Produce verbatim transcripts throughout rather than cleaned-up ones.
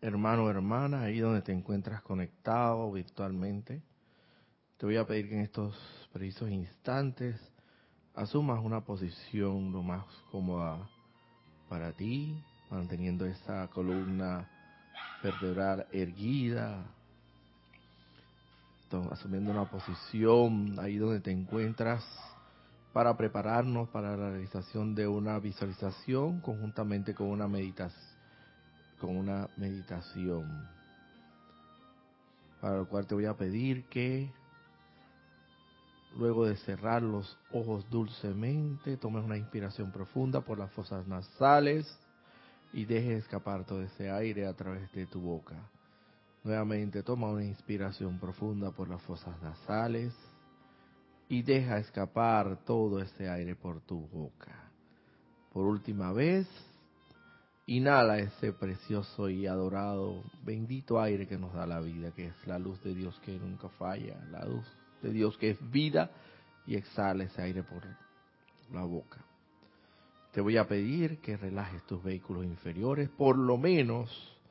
hermano o hermana, ahí donde te encuentras conectado virtualmente, te voy a pedir que en estos precisos instantes asumas una posición lo más cómoda para ti, manteniendo esa columna vertebral erguida, asumiendo una posición ahí donde te encuentras para prepararnos para la realización de una visualización conjuntamente con una meditación, con una meditación, para lo cual te voy a pedir que luego de cerrar los ojos dulcemente, tomes una inspiración profunda por las fosas nasales y dejes escapar todo ese aire a través de tu boca. Nuevamente toma una inspiración profunda por las fosas nasales y deja escapar todo ese aire por tu boca. Por última vez, inhala ese precioso y adorado, bendito aire que nos da la vida, que es la luz de Dios que nunca falla, la luz de Dios que es vida, y exhala ese aire por la boca. Te voy a pedir que relajes tus vehículos inferiores, por lo menos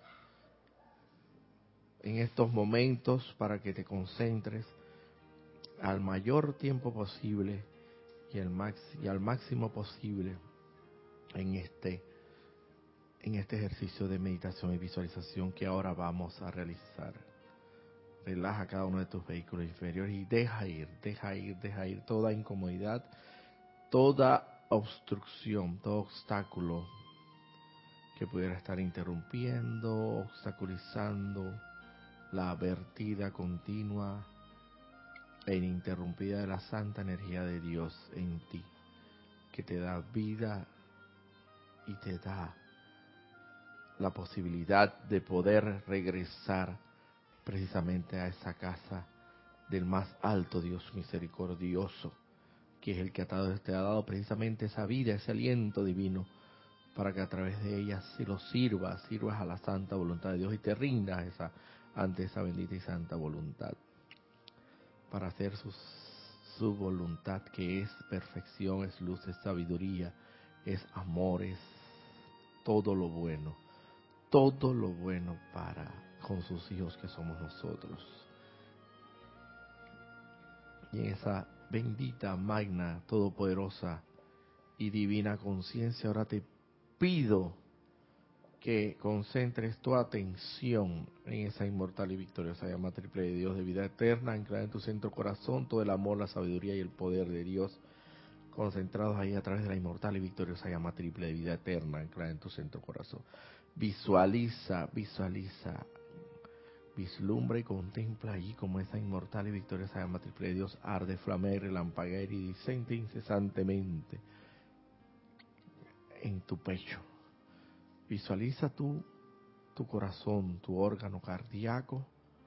en estos momentos, para que te concentres al mayor tiempo posible y al, max, y al máximo posible en este, en este ejercicio de meditación y visualización que ahora vamos a realizar. Relaja cada uno de tus vehículos inferiores y deja ir, deja ir, deja ir toda incomodidad, toda obstrucción, todo obstáculo que pudiera estar interrumpiendo, obstaculizando la vertida continua e ininterrumpida de la santa energía de Dios en ti, que te da vida y te da la posibilidad de poder regresar precisamente a esa casa del más alto Dios misericordioso, que es el que te ha dado precisamente esa vida, ese aliento divino, para que a través de ella se lo sirvas, sirvas a la santa voluntad de Dios y te rindas esa, ante esa bendita y santa voluntad, para hacer su, su voluntad, que es perfección, es luz, es sabiduría, es amor, es todo lo bueno, todo lo bueno para con sus hijos que somos nosotros. Y en esa bendita, magna, todopoderosa y divina conciencia, ahora te pido que concentres tu atención en esa inmortal y victoriosa llama triple de Dios de vida eterna, anclada en tu centro corazón, todo el amor, la sabiduría y el poder de Dios concentrados ahí a través de la inmortal y victoriosa llama triple de vida eterna, anclada en tu centro corazón. Visualiza, visualiza, vislumbra y contempla allí como esa inmortal y victoriosa llama triple de Dios arde, flamea y relampaguea iridiscente incesantemente en tu pecho. Visualiza tu, tu corazón, tu órgano cardíaco,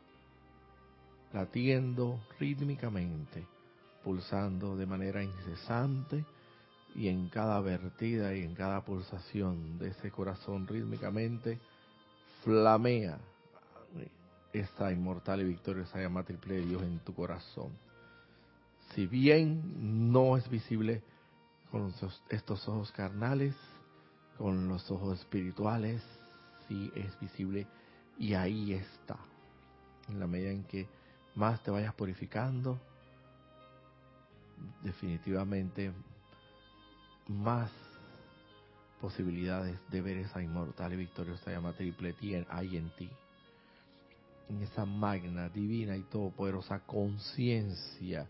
latiendo rítmicamente, pulsando de manera incesante, y en cada vertida y en cada pulsación de ese corazón rítmicamente flamea esa inmortal y victoriosa llama triple de Dios en tu corazón. Si bien no es visible con estos ojos carnales, con los ojos espirituales sí es visible, y ahí está. En la medida en que más te vayas purificando, definitivamente más posibilidades de ver esa inmortal y victoriosa llama triple hay en ti, en esa magna, divina y todopoderosa conciencia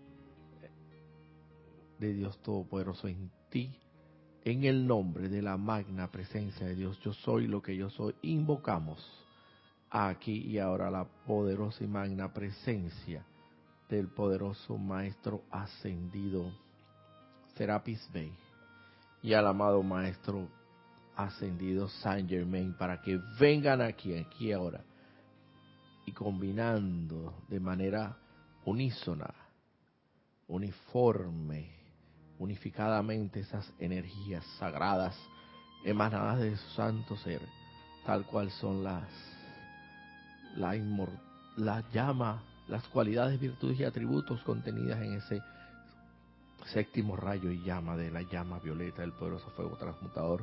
de Dios Todopoderoso en ti. En el nombre de la magna presencia de Dios, yo soy lo que yo soy, invocamos aquí y ahora la poderosa y magna presencia del poderoso Maestro Ascendido Serapis Bey y al amado Maestro Ascendido Saint Germain, para que vengan aquí, aquí y ahora, y combinando de manera unísona, uniforme, unificadamente esas energías sagradas emanadas de su santo ser, tal cual son las la, inmor, la llama, las cualidades, virtudes y atributos contenidas en ese séptimo rayo y llama de la llama violeta del poderoso fuego transmutador,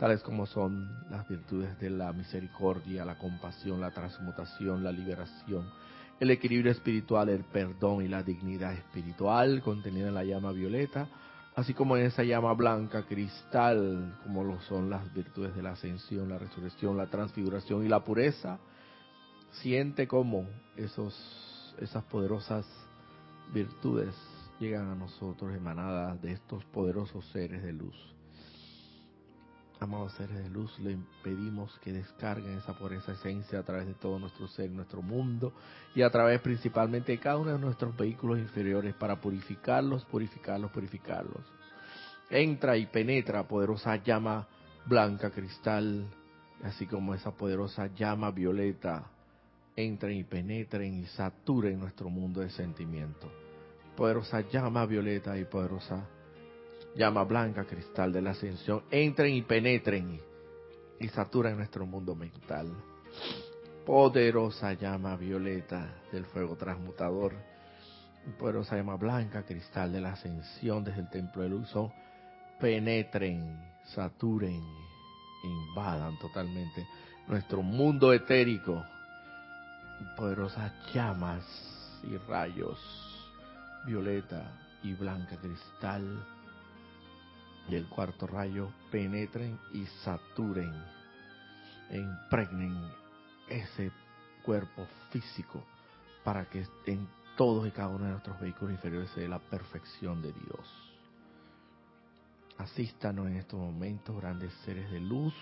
tales como son las virtudes de la misericordia, la compasión, la transmutación, la liberación, el equilibrio espiritual, el perdón y la dignidad espiritual contenida en la llama violeta, así como en esa llama blanca cristal, como lo son las virtudes de la ascensión, la resurrección, la transfiguración y la pureza. Siente cómo esos, esas poderosas virtudes llegan a nosotros emanadas de estos poderosos seres de luz. Amados seres de luz, le pedimos que descarguen esa pureza esencia a través de todo nuestro ser, nuestro mundo, y a través principalmente de cada uno de nuestros vehículos inferiores para purificarlos, purificarlos, purificarlos. Entra y penetra, poderosa llama blanca cristal, así como esa poderosa llama violeta, entren y penetren y saturen nuestro mundo de sentimiento. Poderosa llama violeta y poderosa llama blanca cristal de la ascensión, entren y penetren y saturen nuestro mundo mental. Poderosa llama violeta del fuego transmutador, poderosa llama blanca cristal de la ascensión desde el templo de luz, penetren, saturen, invadan totalmente nuestro mundo etérico. Poderosas llamas y rayos violeta y blanca cristal y el cuarto rayo penetren y saturen, e impregnen ese cuerpo físico para que en todos y cada uno de nuestros vehículos inferiores se dé la perfección de Dios. Asístanos en estos momentos, grandes seres de luz.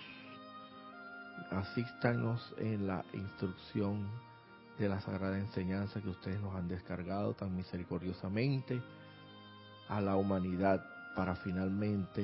Asístanos en la instrucción de la sagrada enseñanza que ustedes nos han descargado tan misericordiosamente a la humanidad, para finalmente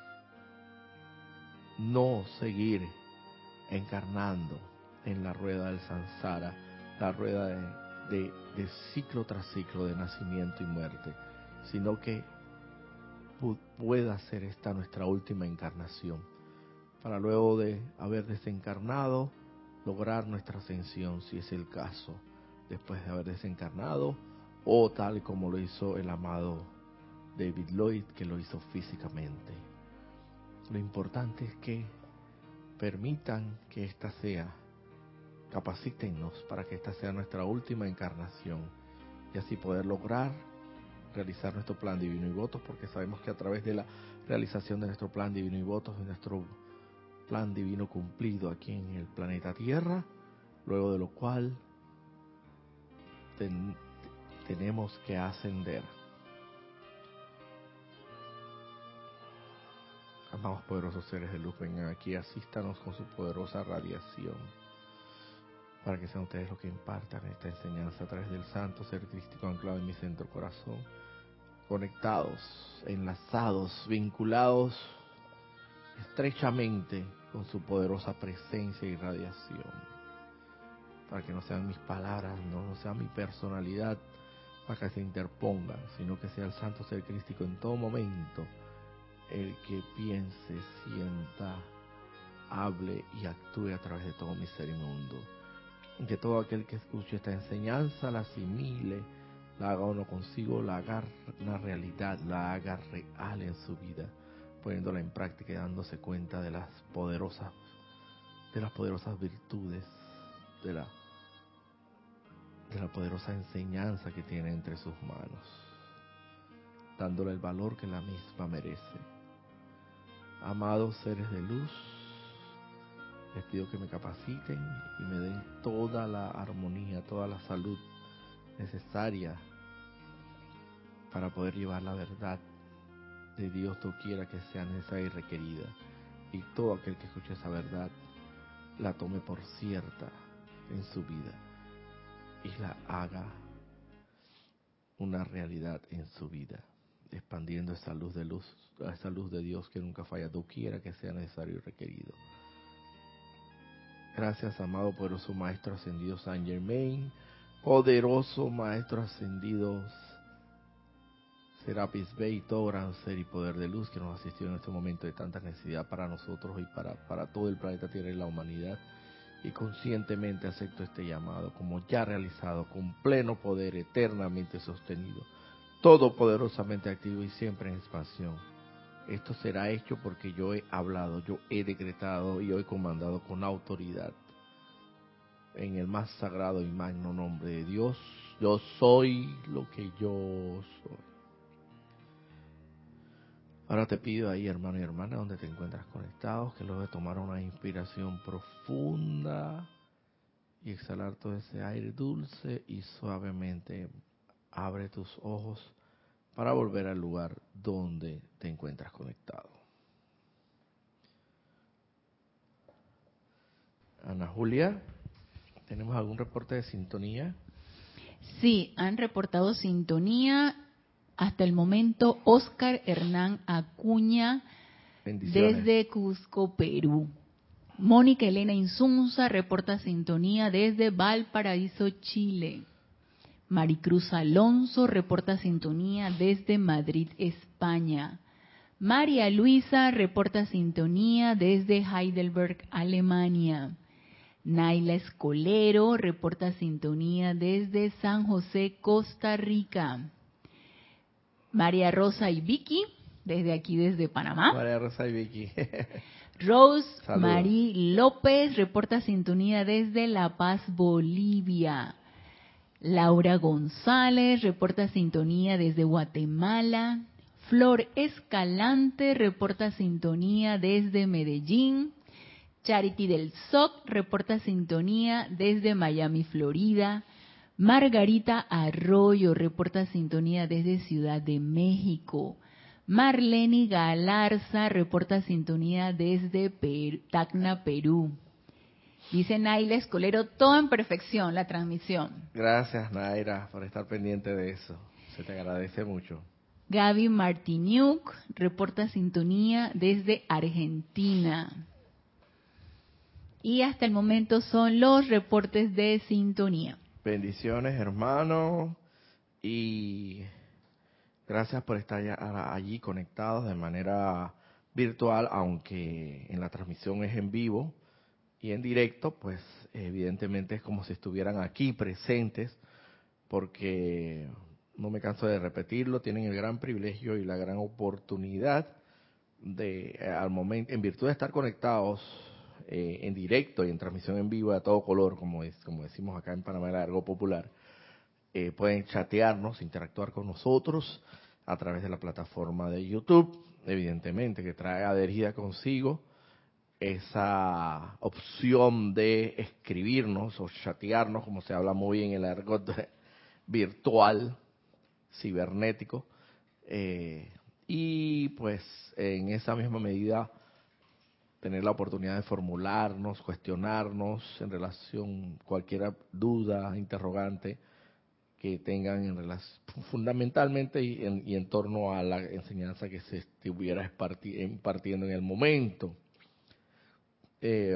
no seguir encarnando en la rueda del samsara, la rueda de, de, de ciclo tras ciclo de nacimiento y muerte, sino que pueda ser esta nuestra última encarnación, para luego de haber desencarnado, lograr nuestra ascensión, si es el caso, después de haber desencarnado, o tal como lo hizo el amado David Lloyd, que lo hizo físicamente. Lo importante es que permitan que esta sea, capacítennos para que esta sea nuestra última encarnación y así poder lograr realizar nuestro plan divino y votos, porque sabemos que a través de la realización de nuestro plan divino y votos, de nuestro plan divino cumplido aquí en el planeta Tierra, luego de lo cual ten, tenemos que ascender. Amados poderosos seres de luz, vengan aquí, asístanos con su poderosa radiación, para que sean ustedes los que impartan esta enseñanza a través del santo ser crístico anclado en mi centro corazón, conectados, enlazados, vinculados estrechamente con su poderosa presencia y radiación, para que no sean mis palabras, no, no sea mi personalidad para que se interpongan, sino que sea el santo ser crístico en todo momento el que piense, sienta, hable y actúe a través de todo mi ser y mundo. Que todo aquel que escuche esta enseñanza la asimile, la haga uno consigo, la haga una realidad, la haga real en su vida, poniéndola en práctica y dándose cuenta de las poderosas, de las poderosas virtudes, de la, de la poderosa enseñanza que tiene entre sus manos, dándole el valor que la misma merece. Amados seres de luz, les pido que me capaciten y me den toda la armonía, toda la salud necesaria para poder llevar la verdad de Dios doquiera que sea necesaria y requerida. Y todo aquel que escuche esa verdad la tome por cierta en su vida y la haga una realidad en su vida, expandiendo esa luz de luz, esa luz de Dios que nunca falla, doquiera que sea necesario y requerido. Gracias, amado poderoso Maestro Ascendido Saint Germain, poderoso Maestro Ascendido Serapis Bey, todo gran ser y poder de luz que nos asistió en este momento de tanta necesidad para nosotros y para, para todo el planeta Tierra y la humanidad. Y conscientemente acepto este llamado como ya realizado, con pleno poder, eternamente sostenido, todopoderosamente activo y siempre en expansión, esto será hecho porque yo he hablado, yo he decretado y yo he comandado con autoridad. En el más sagrado y magno nombre de Dios, yo soy lo que yo soy. Ahora te pido ahí, hermano y hermana, donde te encuentras conectados, que luego de tomar una inspiración profunda y exhalar todo ese aire dulce y suavemente abre tus ojos para volver al lugar donde te encuentras conectado. Ana Julia, ¿tenemos algún reporte de sintonía? Sí, han reportado sintonía hasta el momento Oscar Hernán Acuña desde Cusco, Perú. Mónica Elena Insunza reporta sintonía desde Valparaíso, Chile. Maricruz Alonso reporta sintonía desde Madrid, España. María Luisa reporta sintonía desde Heidelberg, Alemania. Naila Escolero reporta sintonía desde San José, Costa Rica. María Rosa y Vicky, desde aquí, desde Panamá. María Rosa y Vicky. Rose Saludos. Marí López reporta sintonía desde La Paz, Bolivia. Laura González reporta sintonía desde Guatemala. Flor Escalante reporta sintonía desde Medellín. Charity del S O C reporta sintonía desde Miami, Florida. Margarita Arroyo reporta sintonía desde Ciudad de México. Marlene Galarza reporta sintonía desde Per- Tacna, Perú. Dice Naila Escolero, todo en perfección, la transmisión. Gracias, Naira, por estar pendiente de eso. Se te agradece mucho. Gaby Martiniuk reporta sintonía desde Argentina. Y hasta el momento son los reportes de sintonía. Bendiciones, hermano, y gracias por estar allí conectados de manera virtual, aunque en la transmisión es en vivo y en directo, pues evidentemente es como si estuvieran aquí presentes, porque no me canso de repetirlo, tienen el gran privilegio y la gran oportunidad de, al momento, en virtud de estar conectados eh, en directo y en transmisión en vivo a todo color, como es, como decimos acá en Panamá, el argot popular, eh, pueden chatearnos, interactuar con nosotros a través de la plataforma de YouTube, evidentemente, que trae adherida consigo esa opción de escribirnos o chatearnos, como se habla muy bien en el argot virtual, cibernético, eh, y pues en esa misma medida tener la oportunidad de formularnos, cuestionarnos en relación a cualquier duda, interrogante que tengan en relación, fundamentalmente y en, y en torno a la enseñanza que se estuviera impartiendo en el momento. Eh,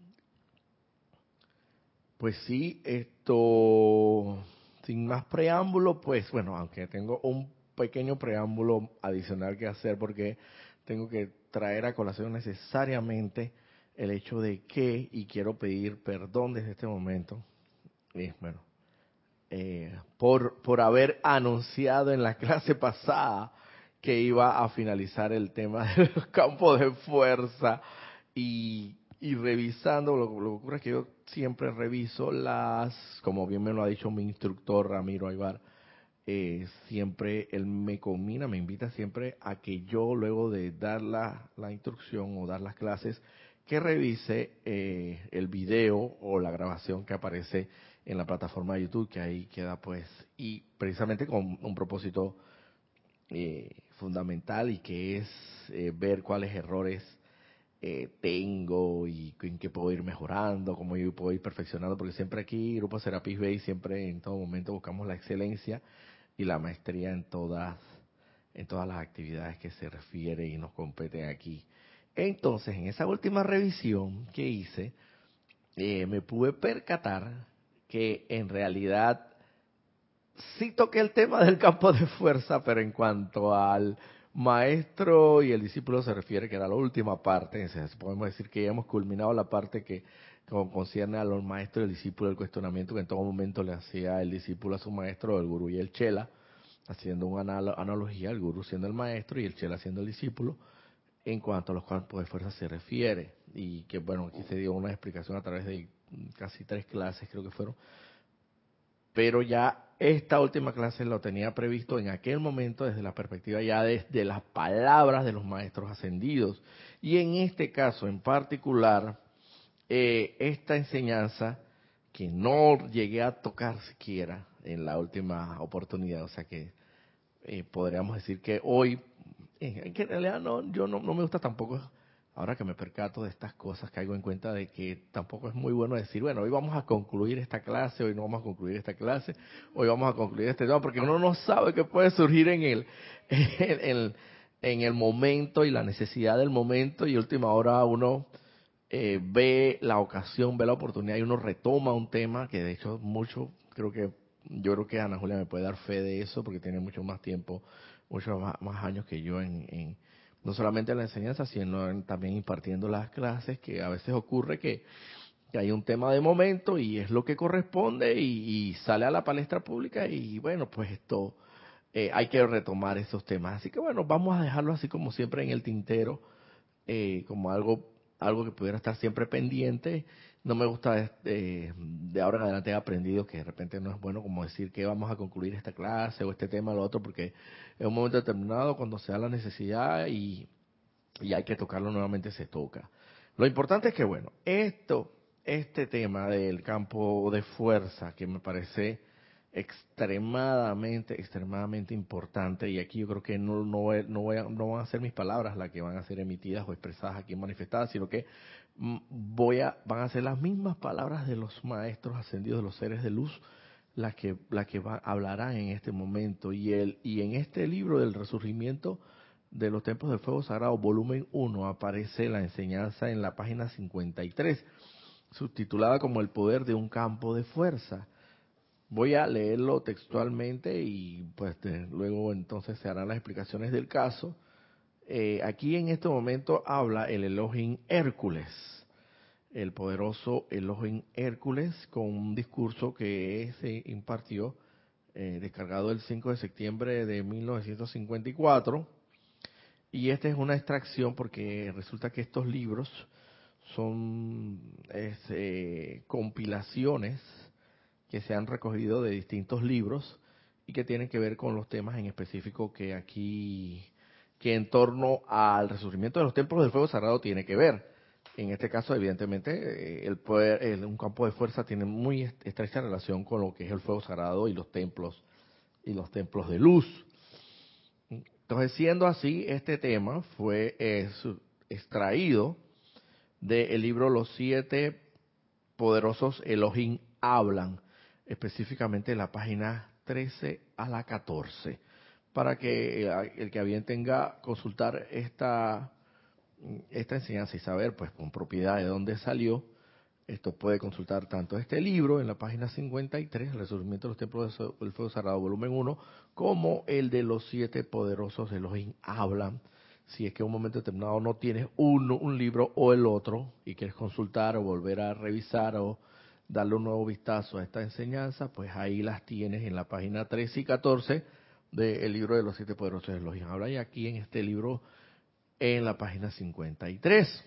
pues sí, esto, sin más preámbulo, pues bueno, aunque tengo un pequeño preámbulo adicional que hacer porque tengo que traer a colación necesariamente el hecho de que, y quiero pedir perdón desde este momento, eh, bueno, eh, por, por haber anunciado en la clase pasada que iba a finalizar el tema de los campos de fuerza y, y revisando, lo, lo que ocurre es que yo siempre reviso las, como bien me lo ha dicho mi instructor Ramiro Aybar, eh, siempre él me combina, me invita siempre a que yo luego de dar la, la instrucción o dar las clases, que revise eh, el video o la grabación que aparece en la plataforma de YouTube, que ahí queda pues, y precisamente con un propósito eh, fundamental y que es eh, ver cuáles errores eh, tengo y en qué puedo ir mejorando, cómo yo puedo ir perfeccionando, porque siempre aquí, Grupo Serapis Bay, siempre en todo momento buscamos la excelencia y la maestría en todas, en todas las actividades que se refiere y nos competen aquí. Entonces, en esa última revisión que hice, eh, me pude percatar que en realidad sí toqué el tema del campo de fuerza, pero en cuanto al maestro y el discípulo se refiere, que era la última parte, entonces podemos decir que ya hemos culminado la parte que como concierne a los maestros y el discípulo, el cuestionamiento que en todo momento le hacía el discípulo a su maestro, el gurú y el chela, haciendo una analogía, el gurú siendo el maestro y el chela siendo el discípulo, en cuanto a los campos de fuerza se refiere. Y que bueno, aquí se dio una explicación a través de casi tres clases, creo que fueron. Pero ya esta última clase lo tenía previsto en aquel momento desde la perspectiva ya desde las palabras de los maestros ascendidos. Y en este caso en particular, eh, esta enseñanza que no llegué a tocar siquiera en la última oportunidad, o sea que eh, podríamos decir que hoy, eh, que en realidad no, yo no, no me gusta tampoco, ahora que me percato de estas cosas, caigo en cuenta de que tampoco es muy bueno decir, bueno, hoy vamos a concluir esta clase, hoy no vamos a concluir esta clase, hoy vamos a concluir este tema, porque uno no sabe qué puede surgir en el, en el, en el momento y la necesidad del momento, y última hora uno eh, ve la ocasión, ve la oportunidad y uno retoma un tema que de hecho mucho, creo que, yo creo que Ana Julia me puede dar fe de eso porque tiene mucho más tiempo, muchos más, más años que yo en, en no solamente en la enseñanza, sino en, también impartiendo las clases, que a veces ocurre que, que hay un tema de momento y es lo que corresponde y, y sale a la palestra pública y bueno, pues esto eh, hay que retomar esos temas. Así que bueno, vamos a dejarlo así como siempre en el tintero, eh, como algo algo que pudiera estar siempre pendiente. No me gusta, eh, de ahora en adelante he aprendido que de repente no es bueno como decir que vamos a concluir esta clase o este tema o lo otro, porque en un momento determinado, cuando se da la necesidad y, y hay que tocarlo nuevamente, se toca. Lo importante es que, bueno, esto, este tema del campo de fuerza, que me parece extremadamente, extremadamente importante, y aquí yo creo que no, no, voy- no, voy a- no van a ser mis palabras las que van a ser emitidas o expresadas aquí manifestadas, sino que mm, voy a, van a ser las mismas palabras de los maestros ascendidos, de los seres de luz, las que, las que va, hablarán en este momento. Y, el, y en este libro del resurgimiento de los templos del fuego sagrado, volumen uno, aparece la enseñanza en la página cincuenta y tres, subtitulada como el poder de un campo de fuerza. Voy a leerlo textualmente y pues de- luego entonces se harán las explicaciones del caso. Eh, aquí en este momento habla el Elohim Hércules, el poderoso Elohim Hércules, con un discurso que se impartió, eh, descargado el cinco de septiembre de mil novecientos cincuenta y cuatro. Y esta es una extracción porque resulta que estos libros son es, eh, compilaciones que se han recogido de distintos libros y que tienen que ver con los temas en específico que aquí, que en torno al resurgimiento de los templos del fuego sagrado tiene que ver. En este caso, evidentemente, eh, el poder, el- un campo de fuerza tiene muy est- estrecha relación con lo que es el fuego sagrado y los templos y los templos de luz. Entonces, siendo así, este tema fue eh, su- extraído del libro Los Siete Poderosos Elohim Hablan, específicamente la página trece a la catorce, para que eh, el que a bien tenga consultar esta, esta enseñanza y saber pues con propiedad de dónde salió, esto puede consultar tanto este libro en la página cincuenta y tres, El Resurgimiento de los Templos del Fuego Sagrado, volumen uno, como el de los siete poderosos Elohim Hablan. Si es que en un momento determinado no tienes uno, un libro o el otro y quieres consultar o volver a revisar o darle un nuevo vistazo a esta enseñanza, pues ahí las tienes en la página trece y catorce del libro de los siete poderosos Elohim Hablan, y aquí en este libro en la página cincuenta y tres.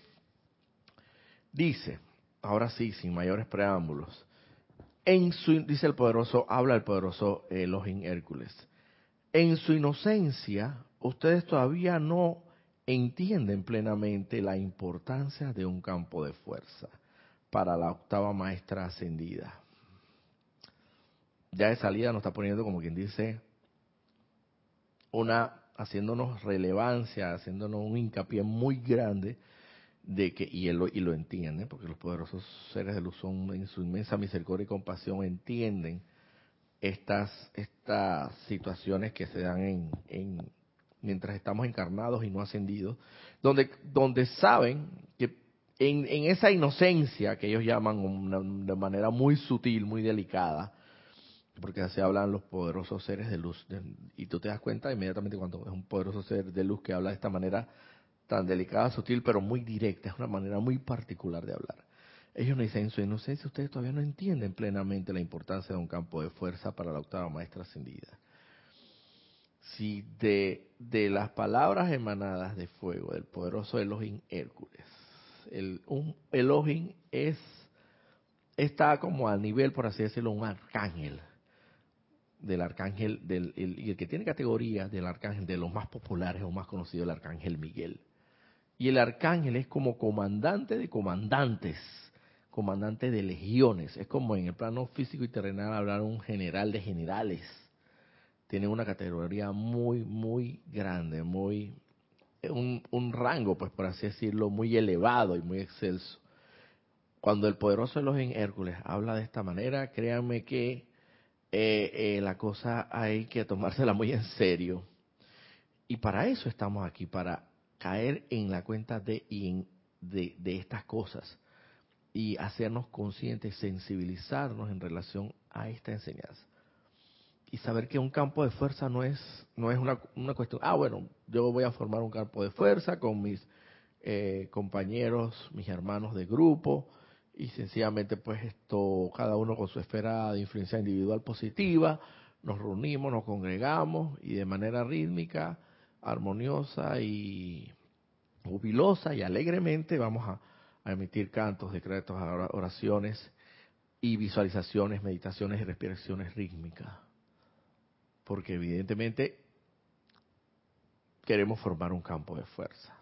Dice, ahora sí, sin mayores preámbulos, en su, dice el poderoso, habla el poderoso Elohim Hércules, en su inocencia, ustedes todavía no entienden plenamente la importancia de un campo de fuerza para la octava maestra ascendida. Ya de salida nos está poniendo, como quien dice, una, haciéndonos relevancia, haciéndonos un hincapié muy grande de que, y él lo, y lo entiende, porque los poderosos seres de luz son, en su inmensa misericordia y compasión, entienden estas estas situaciones que se dan en, en mientras estamos encarnados y no ascendidos, donde donde saben que en, en esa inocencia que ellos llaman una, de manera muy sutil, muy delicada, porque así hablan los poderosos seres de luz, de, y tú te das cuenta inmediatamente cuando es un poderoso ser de luz que habla de esta manera tan delicada, sutil, pero muy directa, es una manera muy particular de hablar. Ellos nos dicen, en su inocencia ustedes todavía no entienden plenamente la importancia de un campo de fuerza para la octava maestra ascendida. si de, de las palabras emanadas de fuego del poderoso Elohim Hércules, el un Elohim es está como a nivel, por así decirlo, un arcángel, del arcángel, del, el, y el que tiene categoría del arcángel, de los más populares o más conocidos, el arcángel Miguel. Y el arcángel es como comandante de comandantes, comandante de legiones. Es como en el plano físico y terrenal hablar un general de generales. Tiene una categoría muy, muy grande, muy un, un rango, pues por así decirlo, muy elevado y muy excelso. Cuando el poderoso Elohim Hércules habla de esta manera, créanme que eh, eh, la cosa hay que tomársela muy en serio. Y para eso estamos aquí, para caer en la cuenta de, y en, de, de estas cosas y hacernos conscientes, sensibilizarnos en relación a esta enseñanza. Y saber que un campo de fuerza no es no es una, una cuestión, ah, bueno, yo voy a formar un campo de fuerza con mis eh, compañeros, mis hermanos de grupo, y sencillamente pues esto, cada uno con su esfera de influencia individual positiva, nos reunimos, nos congregamos y de manera rítmica, armoniosa y jubilosa y alegremente vamos a, a emitir cantos, decretos, oraciones y visualizaciones, meditaciones y respiraciones rítmicas. Porque evidentemente queremos formar un campo de fuerza.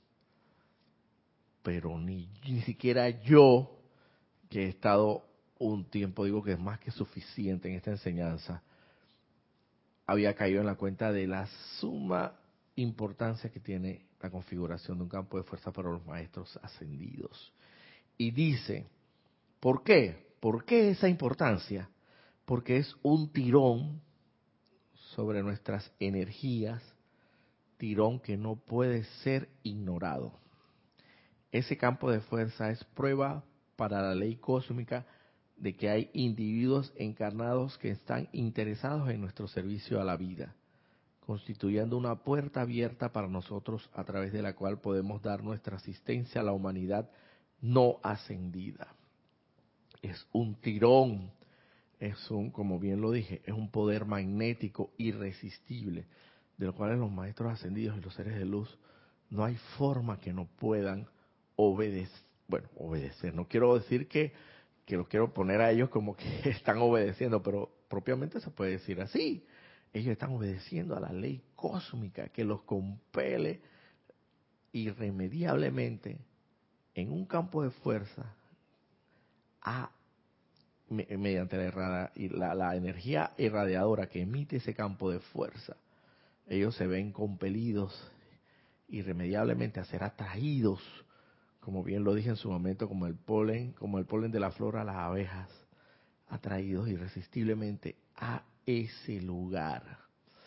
Pero ni, ni siquiera yo, que he estado un tiempo, digo que es más que suficiente en esta enseñanza, había caído en la cuenta de la suma importancia que tiene la configuración de un campo de fuerza para los maestros ascendidos. Y dice, ¿por qué? ¿Por qué esa importancia? Porque es un tirón sobre nuestras energías, tirón que no puede ser ignorado. Ese campo de fuerza es prueba para la ley cósmica de que hay individuos encarnados que están interesados en nuestro servicio a la vida, constituyendo una puerta abierta para nosotros a través de la cual podemos dar nuestra asistencia a la humanidad no ascendida. Es un tirón, es un, como bien lo dije, es un poder magnético irresistible, de lo cual los maestros ascendidos y los seres de luz no hay forma que no puedan obedecer, bueno, obedecer, no quiero decir que, que los quiero poner a ellos como que están obedeciendo, pero propiamente se puede decir así, ellos están obedeciendo a la ley cósmica que los compele irremediablemente en un campo de fuerza a mediante la, la, la energía irradiadora que emite ese campo de fuerza, ellos se ven compelidos irremediablemente a ser atraídos, como bien lo dije en su momento, como el polen, como el polen de la flor a las abejas, atraídos irresistiblemente a ese lugar.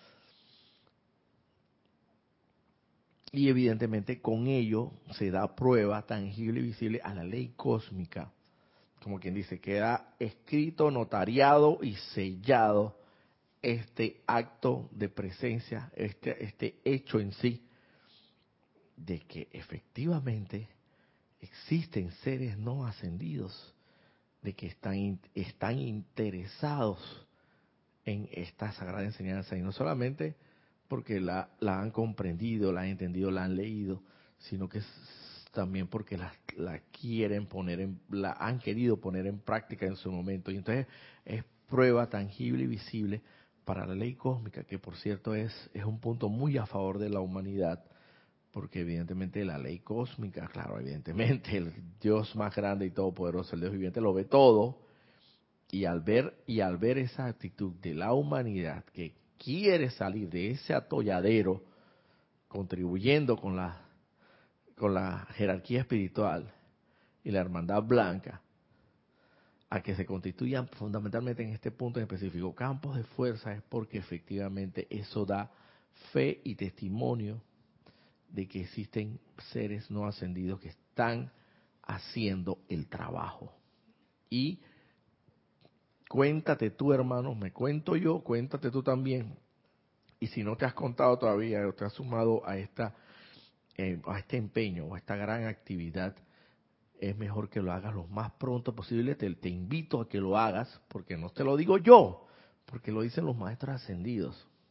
Y evidentemente con ello se da prueba tangible y visible a la ley cósmica. Como quien dice, queda escrito, notariado y sellado este acto de presencia, este, este hecho en sí, de que efectivamente existen seres no ascendidos, de que están, están interesados en esta sagrada enseñanza, y no solamente porque la, la han comprendido, la han entendido, la han leído, sino que es también porque la, la quieren poner en, la han querido poner en práctica en su momento. Y entonces es prueba tangible y visible para la ley cósmica, que por cierto es, es un punto muy a favor de la humanidad, porque evidentemente la ley cósmica, claro, evidentemente el Dios más grande y todopoderoso, el Dios viviente, lo ve todo, y al ver, y al ver esa actitud de la humanidad que quiere salir de ese atolladero, contribuyendo con la con la jerarquía espiritual y la hermandad blanca, a que se constituyan fundamentalmente en este punto en específico campos de fuerza, es porque efectivamente eso da fe y testimonio de que existen seres no ascendidos que están haciendo el trabajo. Y cuéntate tú, hermano, me cuento yo, cuéntate tú también. Y si no te has contado todavía o te has sumado a esta eh, a este empeño o a esta gran actividad, es mejor que lo hagas lo más pronto posible. Te, te invito a que lo hagas, porque no te lo digo yo, porque lo dicen los maestros ascendidos.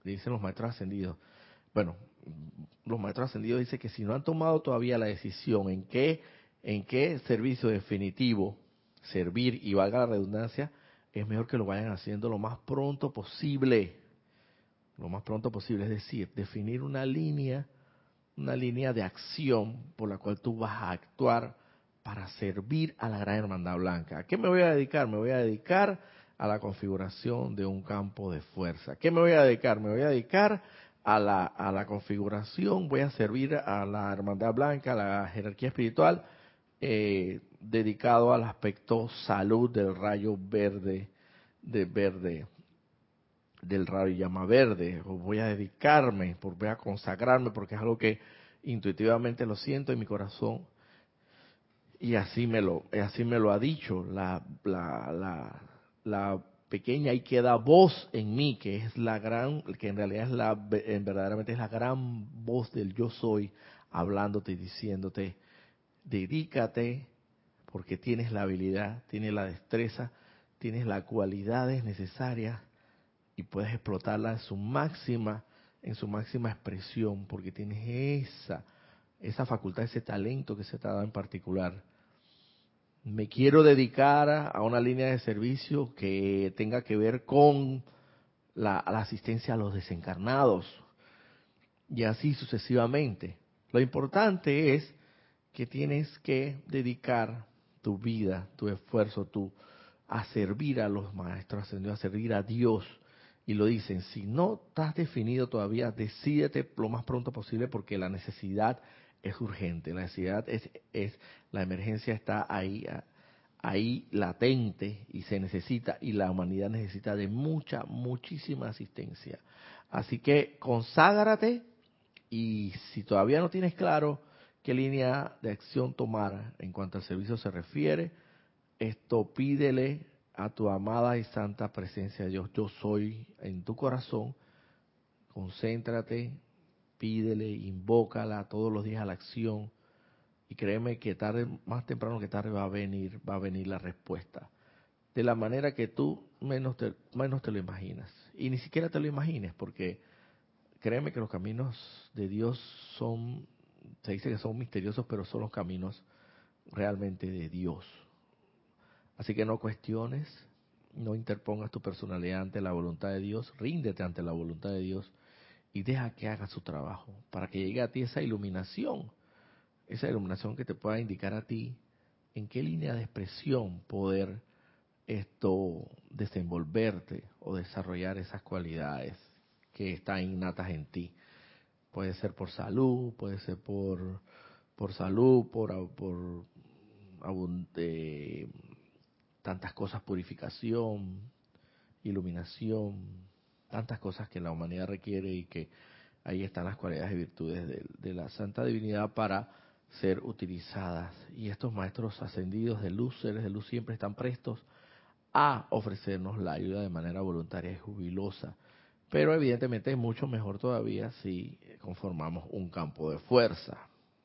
dicen los maestros ascendidos. Bueno, los maestros ascendidos dicen que si no han tomado todavía la decisión en qué, en qué servicio definitivo servir, y valga la redundancia, es mejor que lo vayan haciendo lo más pronto posible. Lo más pronto posible, es decir, definir una línea, una línea de acción por la cual tú vas a actuar para servir a la Gran Hermandad Blanca. ¿A qué me voy a dedicar? Me voy a dedicar a la configuración de un campo de fuerza. ¿A qué me voy a dedicar? Me voy a dedicar a la, a la configuración, voy a servir a la Hermandad Blanca, a la jerarquía espiritual, eh, dedicado al aspecto salud del rayo verde, de verde, del rayo llama verde. O voy a dedicarme, voy a consagrarme, porque es algo que intuitivamente lo siento en mi corazón. Y así me lo, así me lo ha dicho la, la, la, la pequeña y queda voz en mí, que es la gran, que en realidad es la, en verdaderamente es la gran voz del yo soy, hablándote y diciéndote, dedícate, porque tienes la habilidad, tienes la destreza, tienes las cualidades necesarias y puedes explotarla en su máxima, en su máxima expresión, porque tienes esa, esa facultad, ese talento que se te ha dado en particular. Me quiero dedicar a una línea de servicio que tenga que ver con la, la asistencia a los desencarnados, y así sucesivamente. Lo importante es que tienes que dedicar tu vida, tu esfuerzo, tu a servir a los maestros ascendidos, a servir a Dios. Y lo dicen, si no estás definido todavía, decídete lo más pronto posible, porque la necesidad es urgente, la necesidad es, es la emergencia está ahí, ahí latente, y se necesita, y la humanidad necesita de mucha, muchísima asistencia. Así que conságrate, y si todavía no tienes claro qué línea de acción tomar en cuanto al servicio se refiere, esto pídele a tu amada y santa presencia de Dios, yo soy, en tu corazón. Concéntrate, pídele, invócala todos los días a la acción, y créeme que tarde, más temprano que tarde va a venir, va a venir la respuesta, de la manera que tú menos te, menos te lo imaginas, y ni siquiera te lo imagines, porque créeme que los caminos de Dios son, se dice que son misteriosos, pero son los caminos realmente de Dios. Así que no cuestiones, no interpongas tu personalidad ante la voluntad de Dios, ríndete ante la voluntad de Dios y deja que haga su trabajo, para que llegue a ti esa iluminación, esa iluminación que te pueda indicar a ti en qué línea de expresión poder esto desenvolverte o desarrollar esas cualidades que están innatas en ti. Puede ser por salud, puede ser por por salud, por por eh, tantas cosas, purificación, iluminación, tantas cosas que la humanidad requiere, y que ahí están las cualidades y virtudes de, de la Santa Divinidad para ser utilizadas. Y estos maestros ascendidos de luz, seres de luz, siempre están prestos a ofrecernos la ayuda de manera voluntaria y jubilosa. Pero evidentemente es mucho mejor todavía si conformamos un campo de fuerza,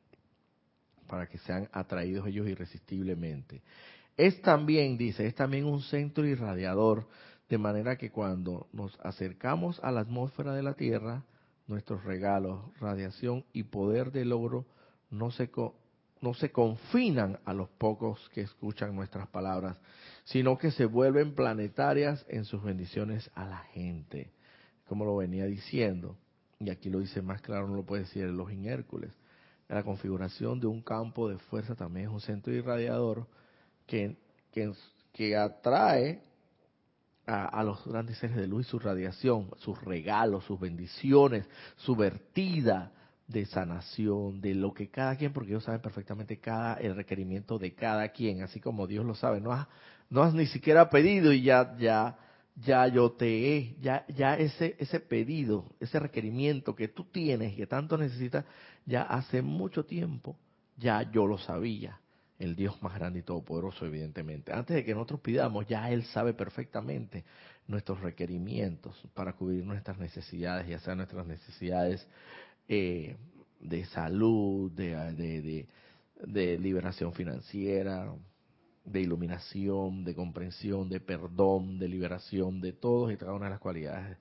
para que sean atraídos ellos irresistiblemente. Es también, dice, es también un centro irradiador, de manera que cuando nos acercamos a la atmósfera de la Tierra, nuestros regalos, radiación y poder de logro no se, no se confinan a los pocos que escuchan nuestras palabras, sino que se vuelven planetarias en sus bendiciones a la gente, como lo venía diciendo. Y aquí lo dice más claro, no lo puede decir el Elohim Hércules. La configuración de un campo de fuerza también es un centro irradiador que, que, que atrae a, a los grandes seres de luz y su radiación, sus regalos, sus bendiciones, su vertida de sanación, de lo que cada quien, porque ellos saben perfectamente cada el requerimiento de cada quien, así como Dios lo sabe. No has, no has ni siquiera pedido y ya ya ya yo te he, ya ya ese ese pedido, ese requerimiento que tú tienes, que tanto necesitas, ya hace mucho tiempo ya yo lo sabía. El Dios más grande y todopoderoso, evidentemente. Antes de que nosotros pidamos, ya Él sabe perfectamente nuestros requerimientos para cubrir nuestras necesidades, ya sean nuestras necesidades eh, de salud, de, de, de, de liberación financiera, de iluminación, de comprensión, de perdón, de liberación, de todas y cada una de las cualidades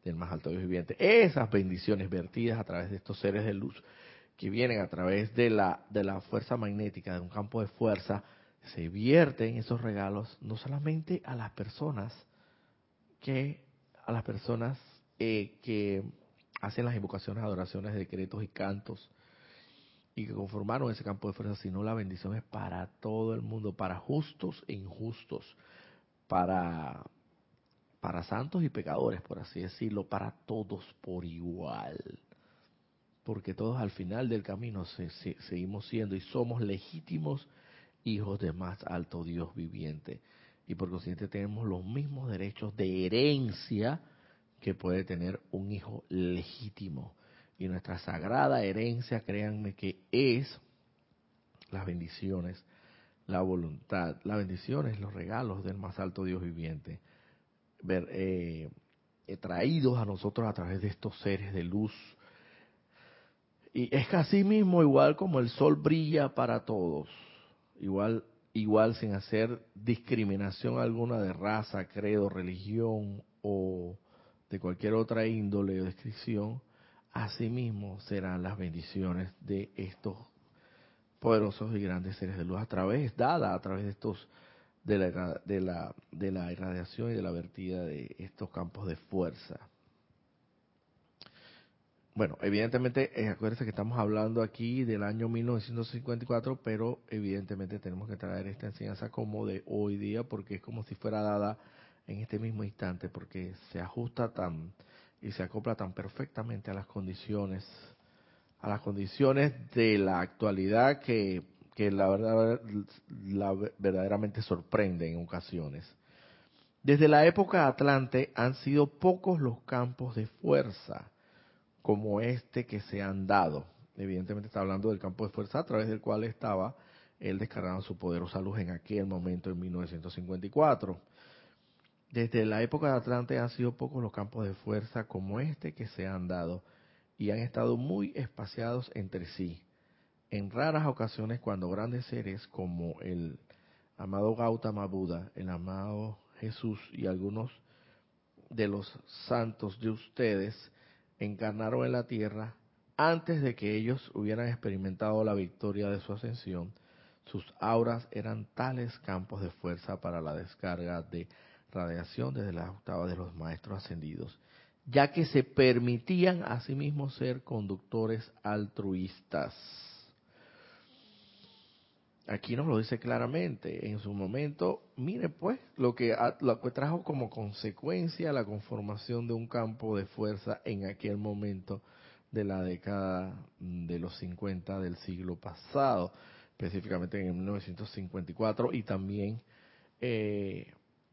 del más alto Dios viviente. Esas bendiciones vertidas a través de estos seres de luz que vienen a través de la, de la fuerza magnética, de un campo de fuerza, se vierten esos regalos no solamente a las personas que, a las personas eh, que hacen las invocaciones, adoraciones, decretos y cantos, y que conformaron ese campo de fuerza, sino la bendición es para todo el mundo, para justos e injustos, para, para santos y pecadores, por así decirlo, para todos por igual. Porque todos al final del camino se, se, seguimos siendo y somos legítimos hijos del más alto Dios viviente. Y por consiguiente tenemos los mismos derechos de herencia que puede tener un hijo legítimo. Y nuestra sagrada herencia, créanme que es las bendiciones, la voluntad, las bendiciones, los regalos del más alto Dios viviente, ver, eh, eh, traídos a nosotros a través de estos seres de luz. Y es que así mismo, igual como el sol brilla para todos, igual, igual sin hacer discriminación alguna de raza, credo, religión o de cualquier otra índole o descripción, asimismo serán las bendiciones de estos poderosos y grandes seres de luz a través, dada a través de estos, de la, de la, de la irradiación y de la vertida de estos campos de fuerza. Bueno, evidentemente, eh, acuérdense que estamos hablando aquí del año mil novecientos cincuenta y cuatro, pero evidentemente tenemos que traer esta enseñanza como de hoy día, porque es como si fuera dada en este mismo instante, porque se ajusta tan y se acopla tan perfectamente a las condiciones, a las condiciones de la actualidad que, que la verdad, la verdaderamente sorprende en ocasiones. Desde la época atlante han sido pocos los campos de fuerza como este que se han dado. Evidentemente está hablando del campo de fuerza a través del cual estaba él descargando su poderosa luz en aquel momento en mil novecientos cincuenta y cuatro. Desde la época de Atlante han sido pocos los campos de fuerza como este que se han dado y han estado muy espaciados entre sí. En raras ocasiones cuando grandes seres como el amado Gautama Buda, el amado Jesús y algunos de los santos de ustedes encarnaron en la tierra, antes de que ellos hubieran experimentado la victoria de su ascensión, sus auras eran tales campos de fuerza para la descarga de radiación desde las octavas de los maestros ascendidos, ya que se permitían a sí mismos ser conductores altruistas. Aquí nos lo dice claramente, en su momento, mire pues, lo que, lo que trajo como consecuencia la conformación de un campo de fuerza en aquel momento de la década de los cincuenta del siglo pasado, específicamente en mil novecientos cincuenta y cuatro, y también eh,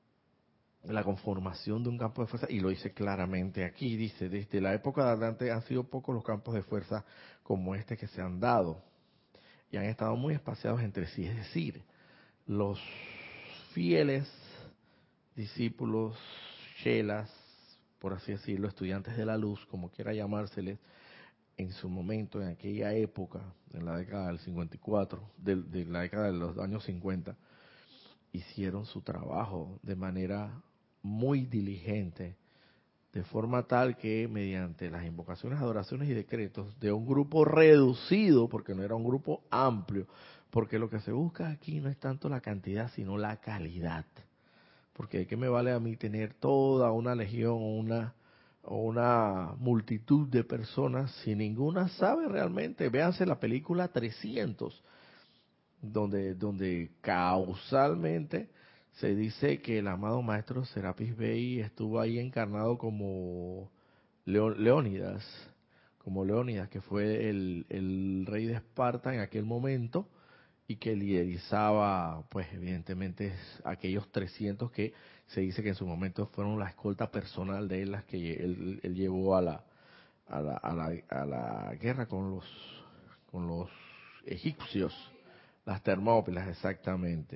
la conformación de un campo de fuerza, y lo dice claramente aquí, dice, desde la época de adelante han sido pocos los campos de fuerza como este que se han dado, y han estado muy espaciados entre sí, es decir, los fieles discípulos, chelas, por así decirlo, estudiantes de la luz, como quiera llamárseles, en su momento, en aquella época, en la década del cincuenta y cuatro, de, de la década de los años cincuenta, hicieron su trabajo de manera muy diligente, de forma tal que mediante las invocaciones, adoraciones y decretos de un grupo reducido, porque no era un grupo amplio, porque lo que se busca aquí no es tanto la cantidad, sino la calidad. Porque ¿de qué me vale a mí tener toda una legión o una, o una multitud de personas si ninguna sabe realmente? Véanse la película trescientos, donde, donde causalmente se dice que el amado maestro Serapis Bey estuvo ahí encarnado como Leo- Leónidas, como Leónidas, que fue el, el rey de Esparta en aquel momento y que liderizaba, pues evidentemente, aquellos trescientos que se dice que en su momento fueron la escolta personal de él, las que él, él llevó a la, a la, a la, a la guerra con los, con los egipcios. Las Termópilas, exactamente.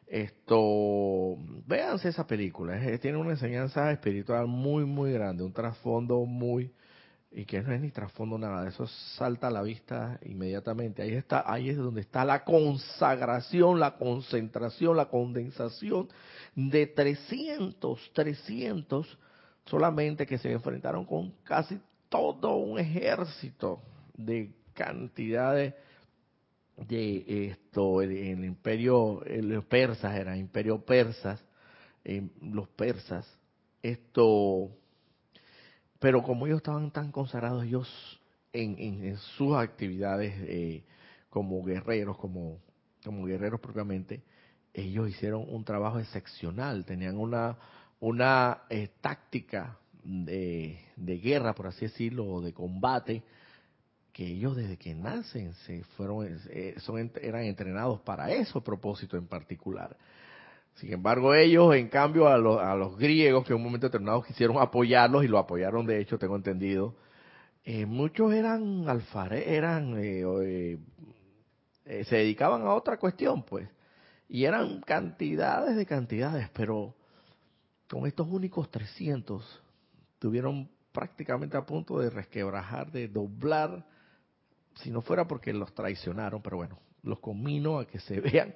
Esto, véanse esa película, es- tiene una enseñanza espiritual muy, muy grande, un trasfondo muy, y que no es ni trasfondo nada, eso salta a la vista inmediatamente. Ahí está, ahí es donde está la consagración, la concentración, la condensación de trescientos, trescientos solamente que se enfrentaron con casi todo un ejército de cantidades de esto, el, el imperio, el- los persas, era imperio persas, eh, los persas, esto, pero como ellos estaban tan consagrados ellos en, en, en sus actividades eh, como guerreros, como, como guerreros propiamente, ellos hicieron un trabajo excepcional, tenían una, una eh, táctica de, de guerra, por así decirlo, o de combate, que ellos desde que nacen se fueron, eh, son, eran entrenados para ese propósito en particular. Sin embargo, ellos, en cambio, a los, a los griegos, que en un momento determinado quisieron apoyarlos, y lo apoyaron, de hecho, tengo entendido, eh, muchos eran alfares, eran, eh, eh, eh, se dedicaban a otra cuestión, pues, y eran cantidades de cantidades, pero con estos únicos trescientos, tuvieron prácticamente a punto de resquebrajar, de doblar, si no fuera porque los traicionaron, pero bueno, los conmino a que se vean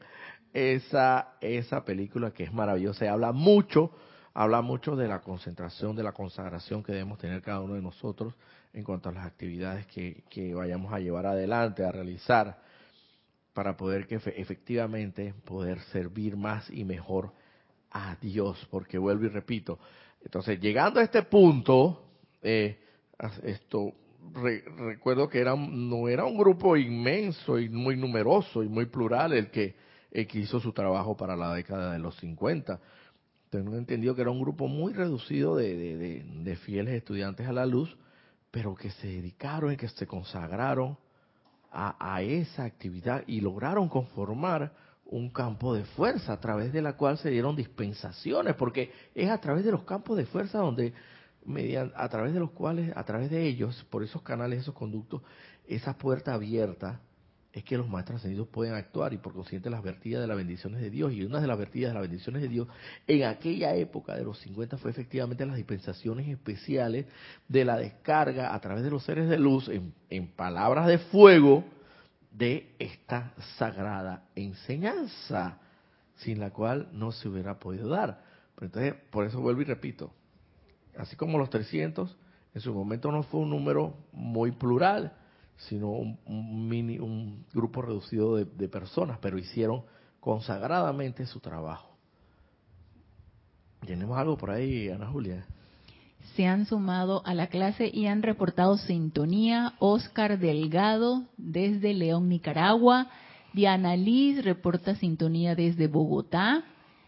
esa esa película, que es maravillosa, y habla mucho, habla mucho de la concentración, de la consagración que debemos tener cada uno de nosotros en cuanto a las actividades que, que vayamos a llevar adelante, a realizar, para poder que efe- efectivamente poder servir más y mejor a Dios, porque vuelvo y repito, entonces llegando a este punto, eh, as- esto re- recuerdo que era un- no era un grupo inmenso y muy numeroso y muy plural el que, el que hizo su trabajo para la década de los cincuenta. Tengo entendido que era un grupo muy reducido de, de, de- de fieles estudiantes a la luz, pero que se dedicaron y que se consagraron a, a esa actividad y lograron conformar un campo de fuerza a través de la cual se dieron dispensaciones, porque es a través de los campos de fuerza donde, mediante, a través de los cuales, a través de ellos, por esos canales, esos conductos, esa puerta abierta, es que los maestros ascendidos pueden actuar, y por consiguiente las vertidas de las bendiciones de Dios. Y una de las vertidas de las bendiciones de Dios en aquella época de los cincuenta fue efectivamente las dispensaciones especiales de la descarga a través de los seres de luz en, en palabras de fuego de esta sagrada enseñanza, sin la cual no se hubiera podido dar. Pero entonces, por eso vuelvo y repito, así como los trescientos, en su momento no fue un número muy plural, sino un, un mini, un grupo reducido de, de personas, pero hicieron consagradamente su trabajo. ¿Tenemos algo por ahí, Ana Julia? Se han sumado a la clase y han reportado sintonía Oscar Delgado desde León, Nicaragua. Diana Liz reporta sintonía desde Bogotá.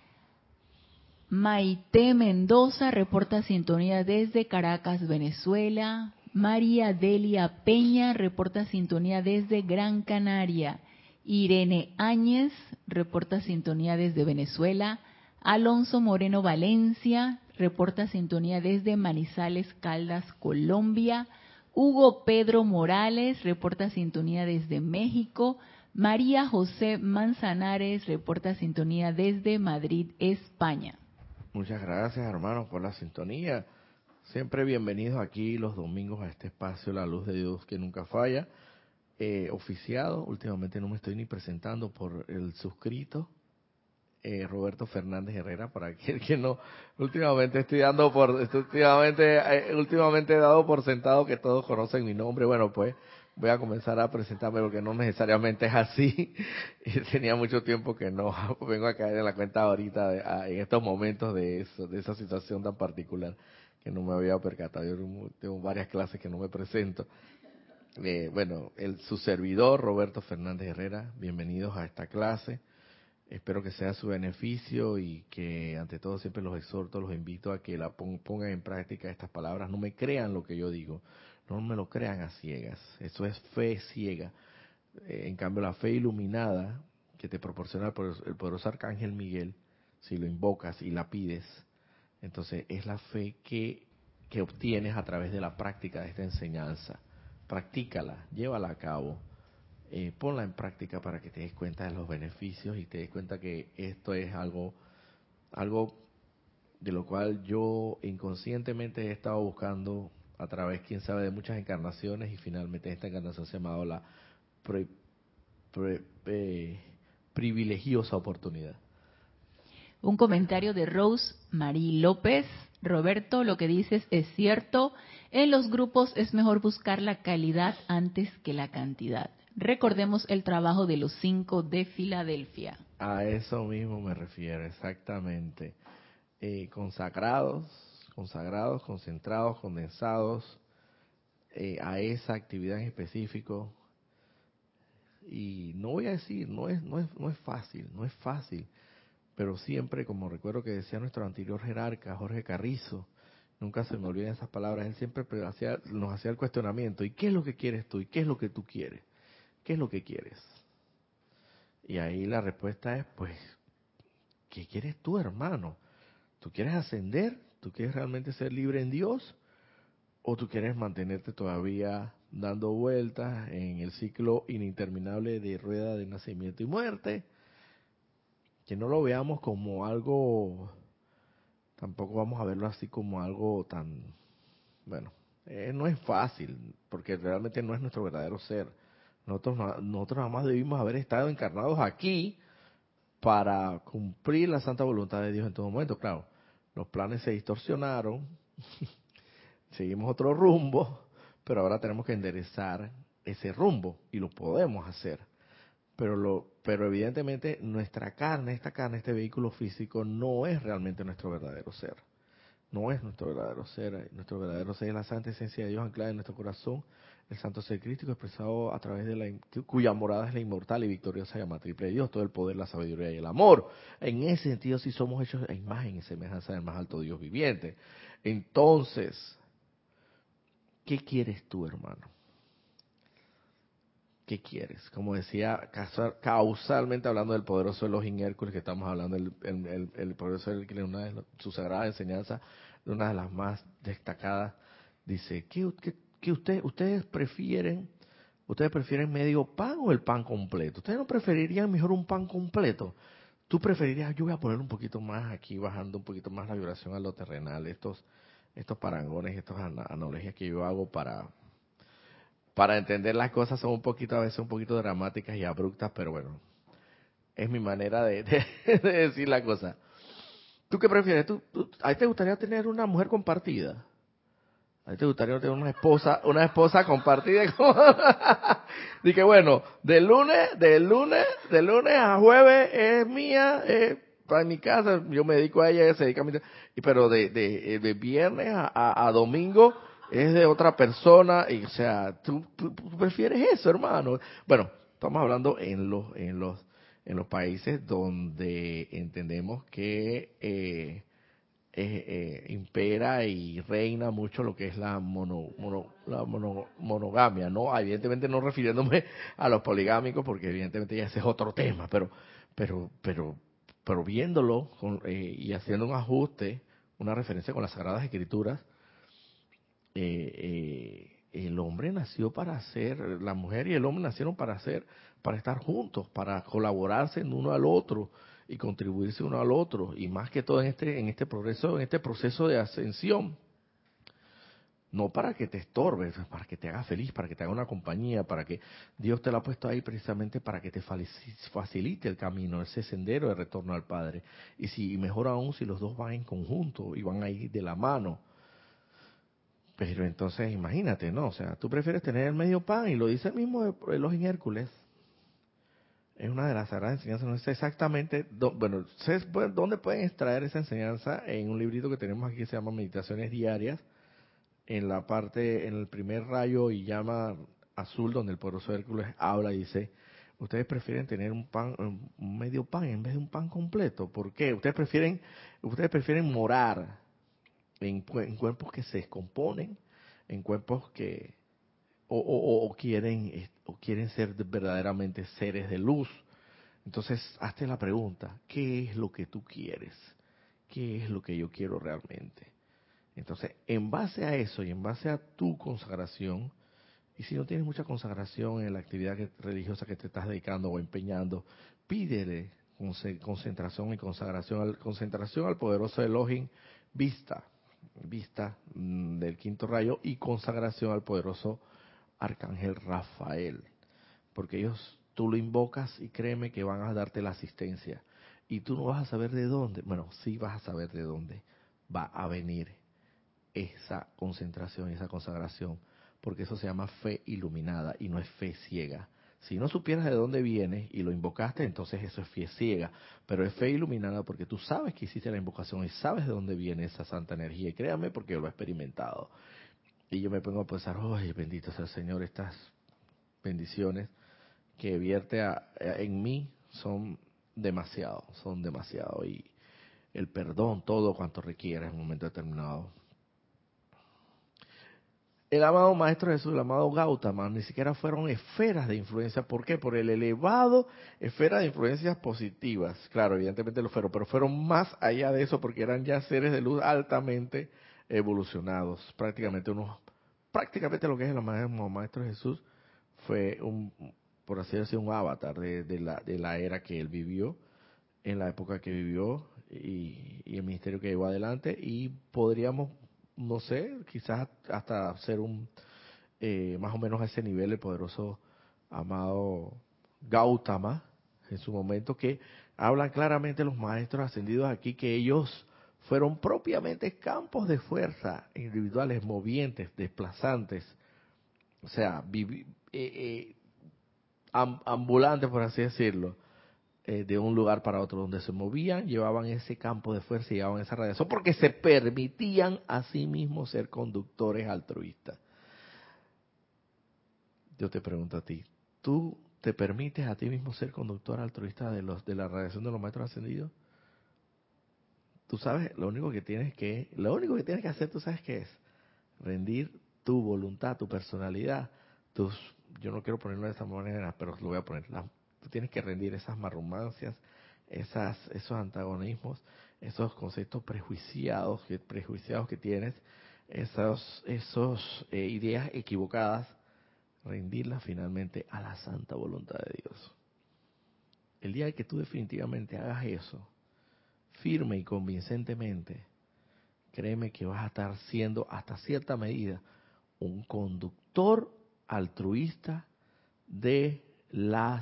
Maite Mendoza reporta sintonía desde Caracas, Venezuela. María Delia Peña reporta sintonía desde Gran Canaria. Irene Áñez reporta sintonía desde Venezuela. Alonso Moreno Valencia reporta sintonía desde Manizales, Caldas, Colombia. Hugo Pedro Morales reporta sintonía desde México. María José Manzanares reporta sintonía desde Madrid, España. Muchas gracias, hermanos, por la sintonía. Siempre bienvenidos aquí los domingos a este espacio, La Luz de Dios que nunca falla. Eh, oficiado, últimamente no me estoy ni presentando, por el suscrito eh, Roberto Fernández Herrera, para aquel que no, últimamente estoy dando por, últimamente, eh, últimamente he dado por sentado que todos conocen mi nombre. Bueno, pues voy a comenzar a presentarme, porque no necesariamente es así. Y tenía mucho tiempo que no vengo a caer en la cuenta ahorita, de, a, en estos momentos de eso, de esa situación tan particular, que no me había percatado. Yo tengo varias clases que no me presento. Eh, bueno, el, su servidor, Roberto Fernández Herrera, bienvenidos a esta clase. Espero que sea su beneficio, y que ante todo siempre los exhorto, los invito a que la pongan en práctica estas palabras. No me crean lo que yo digo, no me lo crean a ciegas. Eso es fe ciega. Eh, en cambio, la fe iluminada que te proporciona el poderoso, el poderoso Arcángel Miguel, si lo invocas y la pides, entonces es la fe que, que obtienes a través de la práctica de esta enseñanza. Practícala, llévala a cabo, eh, ponla en práctica para que te des cuenta de los beneficios y te des cuenta que esto es algo, algo de lo cual yo inconscientemente he estado buscando a través, quién sabe, de muchas encarnaciones, y finalmente esta encarnación se me ha dado la pre, pre, eh, privilegiosa oportunidad. Un comentario de Rose Marie López. Roberto, lo que dices es cierto. En los grupos es mejor buscar la calidad antes que la cantidad. Recordemos el trabajo de los cinco de Filadelfia. A eso mismo me refiero, exactamente. Eh, consagrados, consagrados, concentrados, condensados eh, a esa actividad en específico. Y no voy a decir, no es, no es, no es fácil, no es fácil. Pero siempre, como recuerdo que decía nuestro anterior jerarca, Jorge Carrizo, nunca se me olvidan esas palabras, él siempre hacía, nos hacía el cuestionamiento, ¿y qué es lo que quieres tú? ¿Y qué es lo que tú quieres? ¿Qué es lo que quieres? Y ahí la respuesta es, pues, ¿qué quieres tú, hermano? ¿Tú quieres ascender? ¿Tú quieres realmente ser libre en Dios? ¿O tú quieres mantenerte todavía dando vueltas en el ciclo ininterminable de rueda de nacimiento y muerte? Que no lo veamos como algo, tampoco vamos a verlo así como algo tan, bueno, eh, no es fácil, porque realmente no es nuestro verdadero ser. Nosotros, na- nosotros nada más debimos haber estado encarnados aquí para cumplir la santa voluntad de Dios en todo momento. Claro, los planes se distorsionaron, seguimos otro rumbo, pero ahora tenemos que enderezar ese rumbo y lo podemos hacer. Pero lo, pero evidentemente nuestra carne, esta carne, este vehículo físico no es realmente nuestro verdadero ser. No es nuestro verdadero ser. Nuestro verdadero ser es la santa esencia de Dios anclada en nuestro corazón, el santo ser crístico expresado a través de la cuya morada es la inmortal y victoriosa llama triple de Dios, todo el poder, la sabiduría y el amor. En ese sentido sí somos hechos a imagen y semejanza del más alto Dios viviente. Entonces, ¿qué quieres tú, hermano? ¿Qué quieres? Como decía, causalmente hablando del poderoso Elohim Hércules, que estamos hablando, el, el, el, el poderoso Hércules, una de sus sagradas enseñanzas, de una de las más destacadas, dice, ¿qué, qué, qué usted, ustedes prefieren, ustedes prefieren medio pan o el pan completo? ¿Ustedes no preferirían mejor un pan completo? ¿Tú preferirías, yo voy a poner un poquito más aquí, bajando un poquito más la vibración a lo terrenal, estos, estos parangones, estas analogías que yo hago para... Para entender las cosas son un poquito, a veces un poquito dramáticas y abruptas, pero bueno, es mi manera de, de, de decir la cosa. ¿Tú qué prefieres? ¿Tú, tú, ¿A ti te gustaría tener una mujer compartida? ¿A ti te gustaría tener una esposa, una esposa compartida? Dije, bueno, de lunes, de lunes, de lunes a jueves es mía, es para mi casa, yo me dedico a ella, ella se dedica a mí, y pero de, de, de viernes a, a, a domingo es de otra persona, y o sea, ¿tú, tú, tú prefieres eso, hermano? Bueno, estamos hablando en los, en los, en los países donde entendemos que eh, eh, eh, impera y reina mucho lo que es la mono, mono, la mono, monogamia, no, evidentemente no refiriéndome a los poligámicos, porque evidentemente ya ese es otro tema, pero, pero, pero, pero viéndolo con, eh, y haciendo un ajuste, una referencia con las Sagradas Escrituras, eh, eh, el hombre nació para ser, la mujer y el hombre nacieron para ser, para estar juntos, para colaborarse en uno al otro y contribuirse uno al otro, y más que todo en este, en este progreso, en este proceso de ascensión, no para que te estorbe, para que te haga feliz, para que te haga una compañía, para que Dios te lo ha puesto ahí precisamente para que te facilite el camino, ese sendero de retorno al Padre. Y si y mejor aún si los dos van en conjunto y van ahí de la mano. Pero entonces imagínate, ¿no? O sea, tú prefieres tener el medio pan, y lo dice el mismo Elohim Hércules. Es una de las sagradas enseñanzas, no sé exactamente, do, bueno, sé dónde pueden extraer esa enseñanza. En un librito que tenemos aquí que se llama Meditaciones Diarias, en la parte, en el primer rayo y llama azul, donde el poderoso Hércules habla y dice, ustedes prefieren tener un pan, un medio pan en vez de un pan completo. ¿Por qué? Ustedes prefieren, ustedes prefieren morar en, en cuerpos que se descomponen, en cuerpos que o, o, o quieren o quieren ser verdaderamente seres de luz. Entonces, hazte la pregunta, ¿qué es lo que tú quieres? ¿Qué es lo que yo quiero realmente? Entonces, en base a eso y en base a tu consagración, y si no tienes mucha consagración en la actividad que, religiosa que te estás dedicando o empeñando, pídele concentración y consagración al, concentración al poderoso Elohim, vista, vista mmm, del quinto rayo, y consagración al poderoso Arcángel Rafael, porque ellos tú lo invocas y créeme que van a darte la asistencia. y tú no vas a saber de dónde. Bueno, sí vas a saber de dónde va a venir esa concentración, esa consagración, porque eso se llama fe iluminada y no es fe ciega. Si no supieras de dónde viene y lo invocaste, entonces eso es fe ciega, pero es fe iluminada porque tú sabes que hiciste la invocación y sabes de dónde viene esa santa energía, y créame porque yo lo he experimentado. Y yo me pongo a pensar, ¡ay, bendito sea el Señor! Estas bendiciones que vierte a, a, en mí son demasiado, son demasiado, y el perdón, todo cuanto requiere en un momento determinado. El amado Maestro Jesús, el amado Gautama, ni siquiera fueron esferas de influencia. ¿Por qué? Por el elevado esfera de influencias positivas. Claro, evidentemente lo fueron, pero fueron más allá de eso porque eran ya seres de luz altamente evolucionados. Prácticamente unos, prácticamente lo que es el amado Maestro Jesús fue un, por así decirlo, un avatar de, de, la, de la era que él vivió, en la época que vivió y, y el ministerio que llevó adelante, y podríamos, no sé, quizás hasta hacer un, eh, más o menos a ese nivel, el poderoso amado Gautama, en su momento, que hablan claramente los maestros ascendidos aquí que ellos fueron propiamente campos de fuerza individuales, movientes, desplazantes, o sea, vivi, eh, eh, ambulantes, por así decirlo, eh, de un lugar para otro, donde se movían, llevaban ese campo de fuerza y llevaban esa radiación, porque se permitían a sí mismos ser conductores altruistas. Yo te pregunto a ti, ¿tú te permites a ti mismo ser conductor altruista de los de la radiación de los maestros ascendidos? Tú sabes, lo único que tienes que, lo único que tienes que hacer, tú sabes qué es, rendir tu voluntad, tu personalidad, tus, yo no quiero ponerlo de esta manera, pero lo voy a poner, la, tú tienes que rendir esas marrumancias, esas, esos antagonismos, esos conceptos prejuiciados, que, prejuiciados que tienes, esos, esos eh, ideas equivocadas, rendirlas finalmente a la santa voluntad de Dios. El día que tú definitivamente hagas eso, firme y convincentemente, créeme que vas a estar siendo hasta cierta medida un conductor altruista de la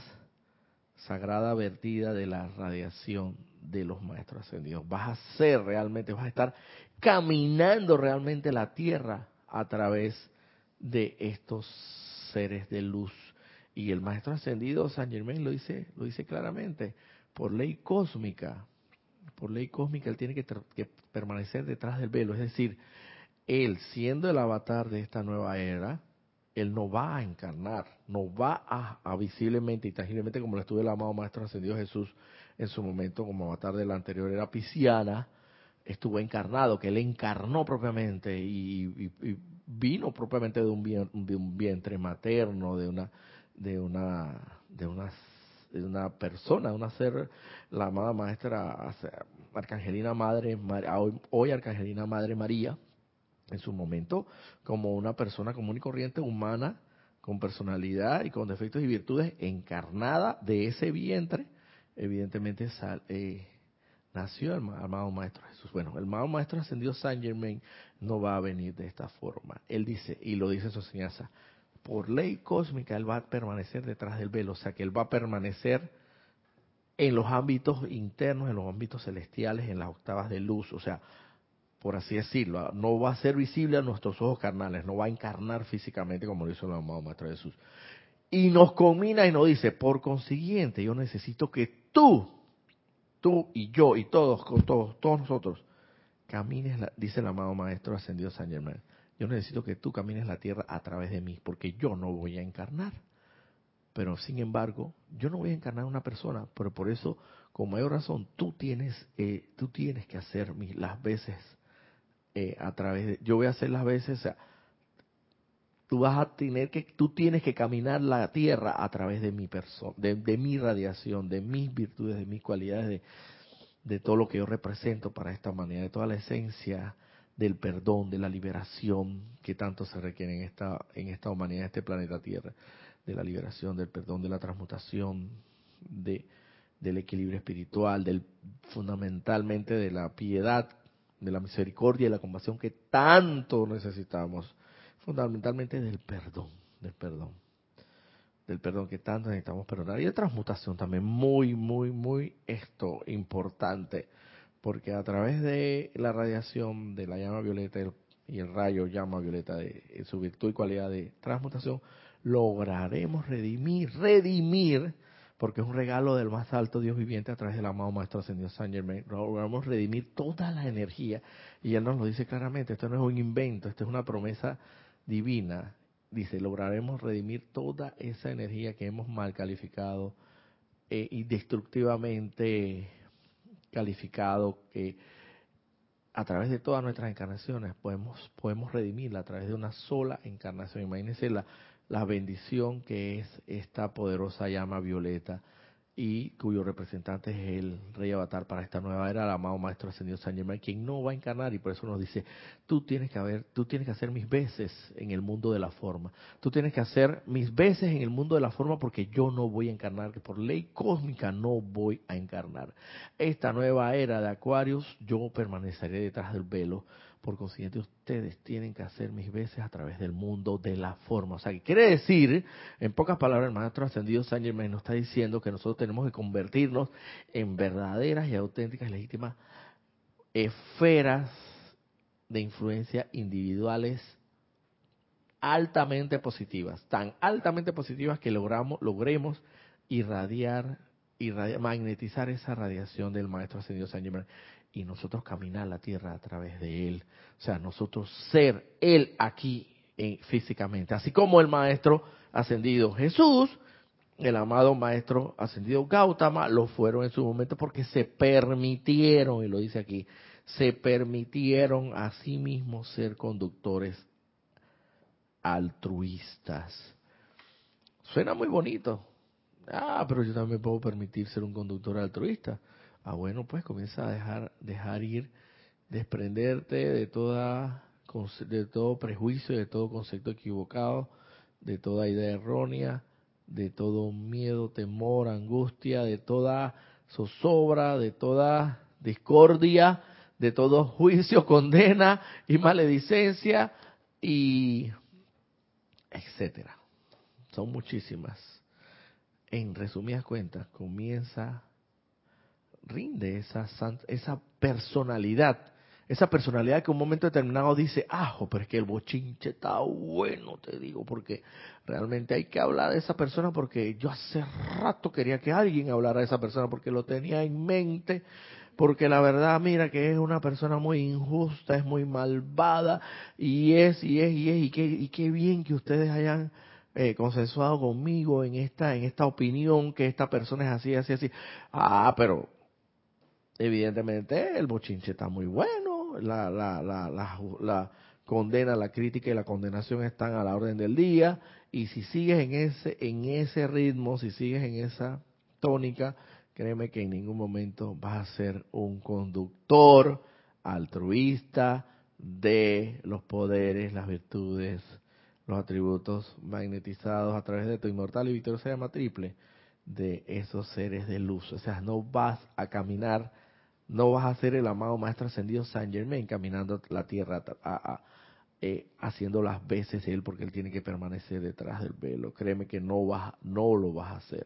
sagrada vertida de la radiación de los maestros ascendidos. Vas a ser realmente, vas a estar caminando realmente la tierra a través de estos seres de luz. Y el maestro ascendido Saint Germain lo dice, lo dice claramente, por ley cósmica, por ley cósmica él tiene que, que permanecer detrás del velo, es decir, él, siendo el avatar de esta nueva era, él no va a encarnar, no va a, a visiblemente y tangiblemente, como lo estuvo el amado Maestro Ascendido Jesús en su momento como avatar de la anterior era pisciana, estuvo encarnado, que él encarnó propiamente y, y, y vino propiamente de un, bien, de un vientre materno, de una, de una, de una, de una persona, de una ser, la amada Maestra Arcangelina Madre, hoy, hoy Arcangelina Madre María, en su momento como una persona común y corriente, humana, con personalidad y con defectos y virtudes, encarnada de ese vientre, evidentemente sal, eh, nació el amado Maestro Jesús. Bueno, el amado Maestro Ascendido Saint Germain no va a venir de esta forma. Él dice, y lo dice en su enseñanza, por ley cósmica él va a permanecer detrás del velo, o sea que él va a permanecer en los ámbitos internos, en los ámbitos celestiales, en las octavas de luz, o sea, por así decirlo, no va a ser visible a nuestros ojos carnales, no va a encarnar físicamente como lo hizo el amado Maestro Jesús. Y nos combina y nos dice, por consiguiente, yo necesito que tú, tú y yo y todos, con todos, todos nosotros, camines, la, dice el amado Maestro Ascendido Saint Germain, yo necesito que tú camines la tierra a través de mí, porque yo no voy a encarnar. Pero sin embargo, yo no voy a encarnar a una persona, pero por eso, con mayor razón, tú tienes, eh, tú tienes que hacer mis, las veces Eh, a través de, yo voy a hacer las veces, o sea, tú vas a tener que, tú tienes que caminar la tierra a través de mi persona, de, de mi radiación, de mis virtudes, de mis cualidades, de, de todo lo que yo represento para esta humanidad, de toda la esencia del perdón, de la liberación que tanto se requiere en esta, en esta humanidad, en este planeta Tierra, de la liberación, del perdón, de la transmutación, de, del equilibrio espiritual, del fundamentalmente de la piedad, de la misericordia y la compasión que tanto necesitamos, fundamentalmente del perdón, del perdón. del perdón que tanto necesitamos perdonar, y de transmutación también, muy, muy, muy esto importante, porque a través de la radiación de la llama violeta y el rayo llama violeta de, de su virtud y cualidad de transmutación, lograremos redimir, redimir, porque es un regalo del más alto Dios viviente a través del amado Maestro Ascendido Saint Germain, logramos redimir toda la energía, y él nos lo dice claramente, esto no es un invento, esto es una promesa divina. Dice, lograremos redimir toda esa energía que hemos mal calificado eh, y destructivamente calificado, que a través de todas nuestras encarnaciones podemos podemos redimirla a través de una sola encarnación. Imagínense la, la bendición que es esta poderosa llama violeta, y cuyo representante es el Rey Avatar para esta nueva era, el amado Maestro Ascendido Saint Germain, quien no va a encarnar, y por eso nos dice, tú tienes que haber, tú tienes que hacer mis veces en el mundo de la forma, tú tienes que hacer mis veces en el mundo de la forma, porque yo no voy a encarnar, que por ley cósmica no voy a encarnar. Esta nueva era de Acuarios, yo permaneceré detrás del velo. Por consiguiente, ustedes tienen que hacer mis veces a través del mundo de la forma. O sea, que quiere decir, en pocas palabras, el Maestro Ascendido Saint Germain nos está diciendo que nosotros tenemos que convertirnos en verdaderas y auténticas, legítimas esferas de influencia individuales altamente positivas, tan altamente positivas que logramos, logremos irradiar, irradiar, magnetizar esa radiación del Maestro Ascendido Saint Germain, y nosotros caminar la tierra a través de él. O sea, nosotros ser él aquí en, físicamente. Así como el Maestro Ascendido Jesús, el amado Maestro Ascendido Gautama, lo fueron en su momento porque se permitieron, y lo dice aquí, se permitieron a sí mismos ser conductores altruistas. Suena muy bonito. Ah, pero yo también puedo permitir ser un conductor altruista. Ah, bueno, pues comienza a dejar, dejar ir, desprenderte de toda, de todo prejuicio, de todo concepto equivocado, de toda idea errónea, de todo miedo, temor, angustia, de toda zozobra, de toda discordia, de todo juicio, condena y maledicencia, y etcétera. Son muchísimas. En resumidas cuentas, comienza, rinde esa, esa personalidad, esa personalidad que en un momento determinado dice, ajo, pero es que el bochinche está bueno, te digo, porque realmente hay que hablar de esa persona, porque yo hace rato quería que alguien hablara de esa persona, porque lo tenía en mente, porque la verdad, mira, que es una persona muy injusta, es muy malvada, y es, y es, y es, y qué, y qué bien que ustedes hayan eh, consensuado conmigo en esta, en esta opinión, que esta persona es así, así, así. Ah, pero evidentemente el bochinche está muy bueno, la, la, la, la, la condena, la crítica y la condenación están a la orden del día, y si sigues en ese, en ese ritmo, si sigues en esa tónica, créeme que en ningún momento vas a ser un conductor altruista de los poderes, las virtudes, los atributos magnetizados a través de tu inmortal y victoriosa llama triple de esos seres de luz. O sea, no vas a caminar, no vas a ser el amado Maestro Ascendido Saint Germain caminando la tierra a, a, eh, haciendo las veces él, porque él tiene que permanecer detrás del velo. Créeme que no vas, no lo vas a hacer.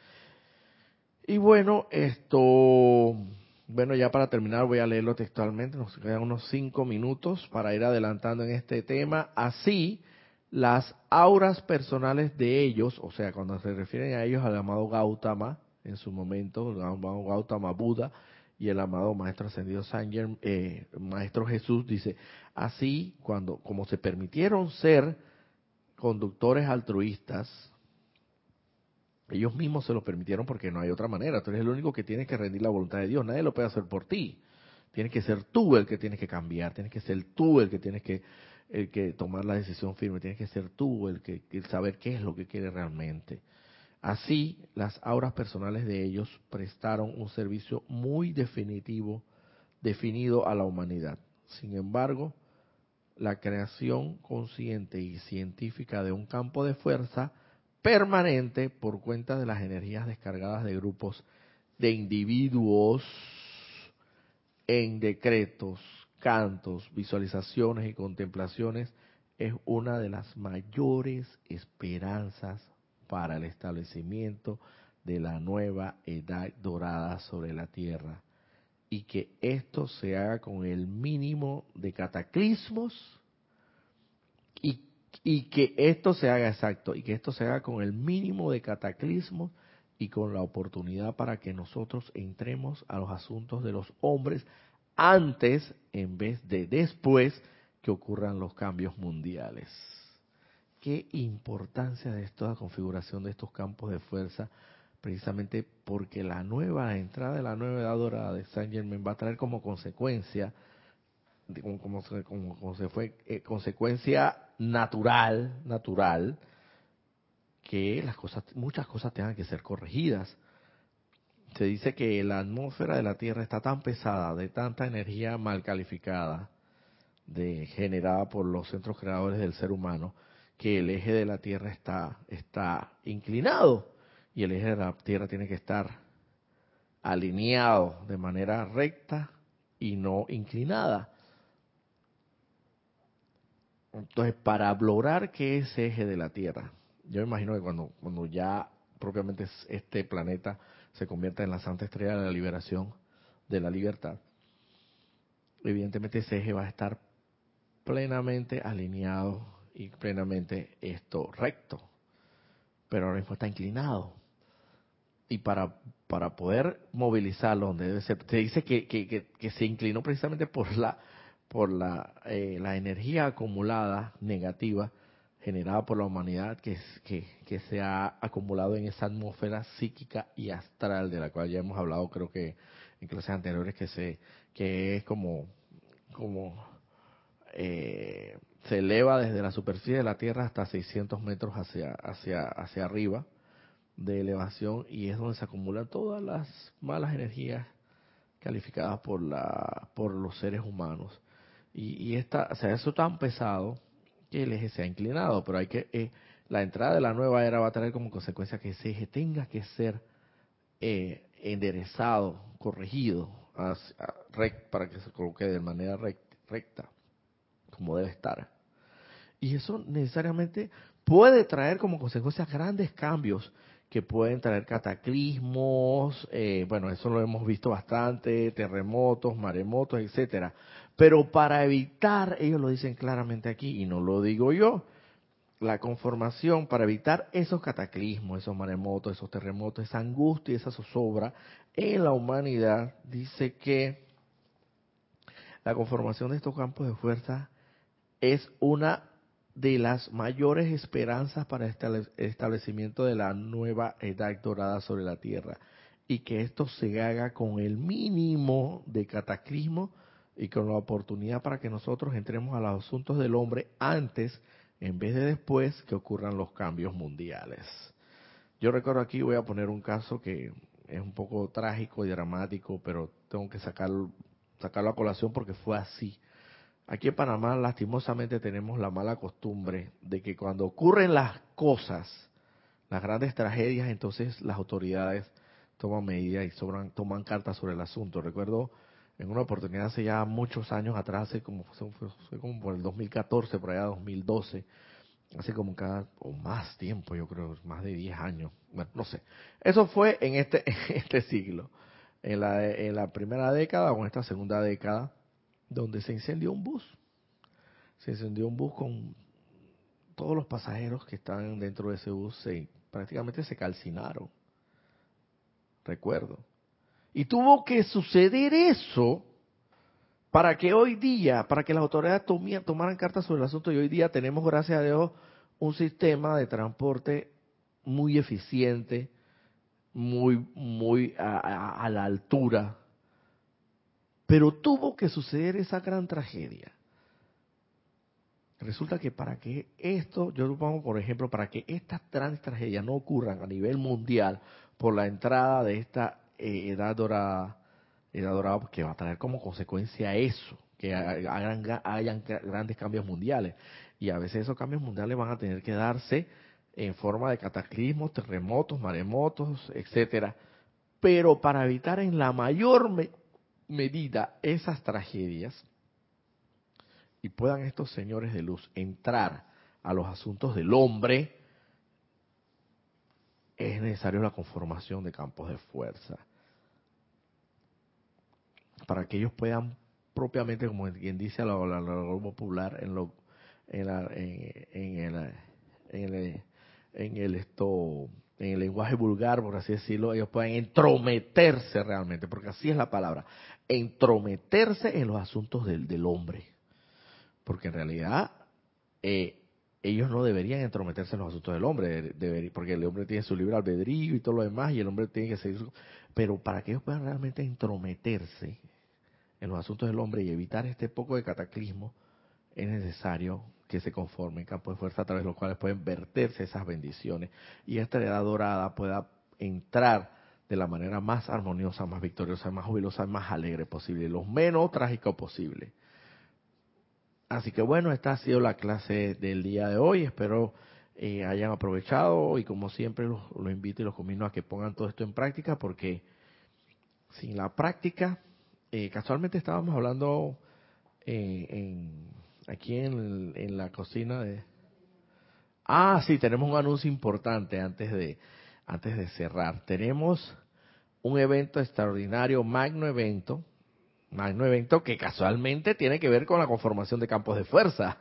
Y bueno, esto, bueno, ya para terminar voy a leerlo textualmente, nos quedan unos cinco minutos para ir adelantando en este tema. Así, las auras personales de ellos, o sea, cuando se refieren a ellos, al amado Gautama, en su momento, el amado Gautama Buda y el amado Maestro Ascendido Saint Germain, eh, Maestro Jesús, dice, así, cuando, como se permitieron ser conductores altruistas, ellos mismos se lo permitieron porque no hay otra manera. Tú eres el único que tiene que rendir la voluntad de Dios. Nadie lo puede hacer por ti. Tienes que ser tú el que tienes que cambiar. Tienes que ser tú el que tienes que, el que tomar la decisión firme. Tienes que ser tú el que el saber qué es lo que quiere realmente. Así, las auras personales de ellos prestaron un servicio muy definitivo, definido a la humanidad. Sin embargo, la creación consciente y científica de un campo de fuerza permanente por cuenta de las energías descargadas de grupos de individuos en decretos, cantos, visualizaciones y contemplaciones es una de las mayores esperanzas para el establecimiento de la nueva edad dorada sobre la Tierra, y que esto se haga con el mínimo de cataclismos y, y que esto se haga exacto y que esto se haga con el mínimo de cataclismos y con la oportunidad para que nosotros entremos a los asuntos de los hombres antes en vez de después que ocurran los cambios mundiales. Qué importancia de esta configuración de estos campos de fuerza, precisamente porque la nueva la entrada de la nueva edad dorada de Saint Germain va a traer como consecuencia, como, como, como, como se fue, eh, consecuencia natural, natural, que las cosas, muchas cosas tengan que ser corregidas. Se dice que la atmósfera de la Tierra está tan pesada, de tanta energía mal calificada, de, generada por los centros creadores del ser humano, que el eje de la Tierra está, está inclinado y el eje de la Tierra tiene que estar alineado de manera recta y no inclinada. Entonces, para lograr que ese eje de la Tierra, yo imagino que cuando, cuando ya propiamente este planeta se convierta en la Santa Estrella de la Liberación, de la Libertad, evidentemente ese eje va a estar plenamente alineado y plenamente esto recto, pero ahora mismo está inclinado. Y para, para poder movilizarlo, donde debe ser, se dice que, que, que, que se inclinó precisamente por la por la, eh, la energía acumulada negativa generada por la humanidad que, que, que se ha acumulado en esa atmósfera psíquica y astral de la cual ya hemos hablado, creo que en clases anteriores, que se que es como como eh, se eleva desde la superficie de la Tierra hasta seiscientos metros hacia hacia hacia arriba de elevación, y es donde se acumulan todas las malas energías calificadas por la por los seres humanos. Y, y esta, o sea, eso tan pesado que el eje se ha inclinado, pero hay que eh, la entrada de la nueva era va a traer como consecuencia que ese eje tenga que ser eh, enderezado, corregido, hacia, rect, para que se coloque de manera rect, recta, como debe estar. Y eso necesariamente puede traer como consecuencia grandes cambios que pueden traer cataclismos, eh, bueno, eso lo hemos visto bastante, terremotos, maremotos, etcétera. Pero para evitar, ellos lo dicen claramente aquí, y no lo digo yo, la conformación, para evitar esos cataclismos, esos maremotos, esos terremotos, esa angustia y esa zozobra en la humanidad, dice que la conformación de estos campos de fuerza es una de las mayores esperanzas para el establecimiento de la nueva edad dorada sobre la Tierra, y que esto se haga con el mínimo de cataclismo y con la oportunidad para que nosotros entremos a los asuntos del hombre antes en vez de después que ocurran los cambios mundiales. Yo recuerdo aquí, voy a poner un caso que es un poco trágico y dramático, pero tengo que sacarlo, sacarlo a colación porque fue así. Aquí en Panamá, lastimosamente, tenemos la mala costumbre de que cuando ocurren las cosas, las grandes tragedias, entonces las autoridades toman medidas y sobran, toman cartas sobre el asunto. Recuerdo en una oportunidad hace ya muchos años atrás, hace como, fue como por el dos mil catorce, por allá dos mil doce, hace como cada, o más tiempo, yo creo, más de diez años, bueno, no sé. Eso fue en este, en este siglo, en la, en la primera década o en esta segunda década, donde se incendió un bus. Se incendió un bus con todos los pasajeros que estaban dentro de ese bus, se, prácticamente se calcinaron, recuerdo. Y tuvo que suceder eso para que hoy día, para que las autoridades tomían, tomaran cartas sobre el asunto, y hoy día tenemos, gracias a Dios, un sistema de transporte muy eficiente, muy, muy a, a, a la altura. Pero tuvo que suceder esa gran tragedia. Resulta que para que esto, yo lo pongo por ejemplo, para que estas grandes tragedias no ocurran a nivel mundial por la entrada de esta eh, edad dorada, edad dorada que va a traer como consecuencia eso, que hagan, hayan grandes cambios mundiales. Y a veces esos cambios mundiales van a tener que darse en forma de cataclismos, terremotos, maremotos, etcétera. Pero para evitar en la mayor me medida esas tragedias, y puedan estos señores de luz entrar a los asuntos del hombre, es necesario la conformación de campos de fuerza para que ellos puedan propiamente, como quien dice a la labor popular, en lo en, la, en, en el en el en el esto en el lenguaje vulgar, por así decirlo, ellos pueden entrometerse realmente, porque así es la palabra, entrometerse en los asuntos del, del hombre, porque en realidad eh, ellos no deberían entrometerse en los asuntos del hombre, debería, porque el hombre tiene su libre albedrío y todo lo demás, y el hombre tiene que seguir su, pero para que ellos puedan realmente entrometerse en los asuntos del hombre y evitar este poco de cataclismo, es necesario que se conformen campos de fuerza a través de los cuales pueden verterse esas bendiciones y esta edad dorada pueda entrar de la manera más armoniosa, más victoriosa, más jubilosa, más alegre posible, lo menos trágico posible. Así que bueno, esta ha sido la clase del día de hoy. Espero eh, hayan aprovechado y como siempre los, los invito y los convino a que pongan todo esto en práctica, porque sin la práctica, eh, casualmente estábamos hablando eh, en, aquí en, en la cocina de... Ah, sí, tenemos un anuncio importante antes de antes de cerrar. Tenemos un evento extraordinario, magno evento, magno evento que casualmente tiene que ver con la conformación de campos de fuerza.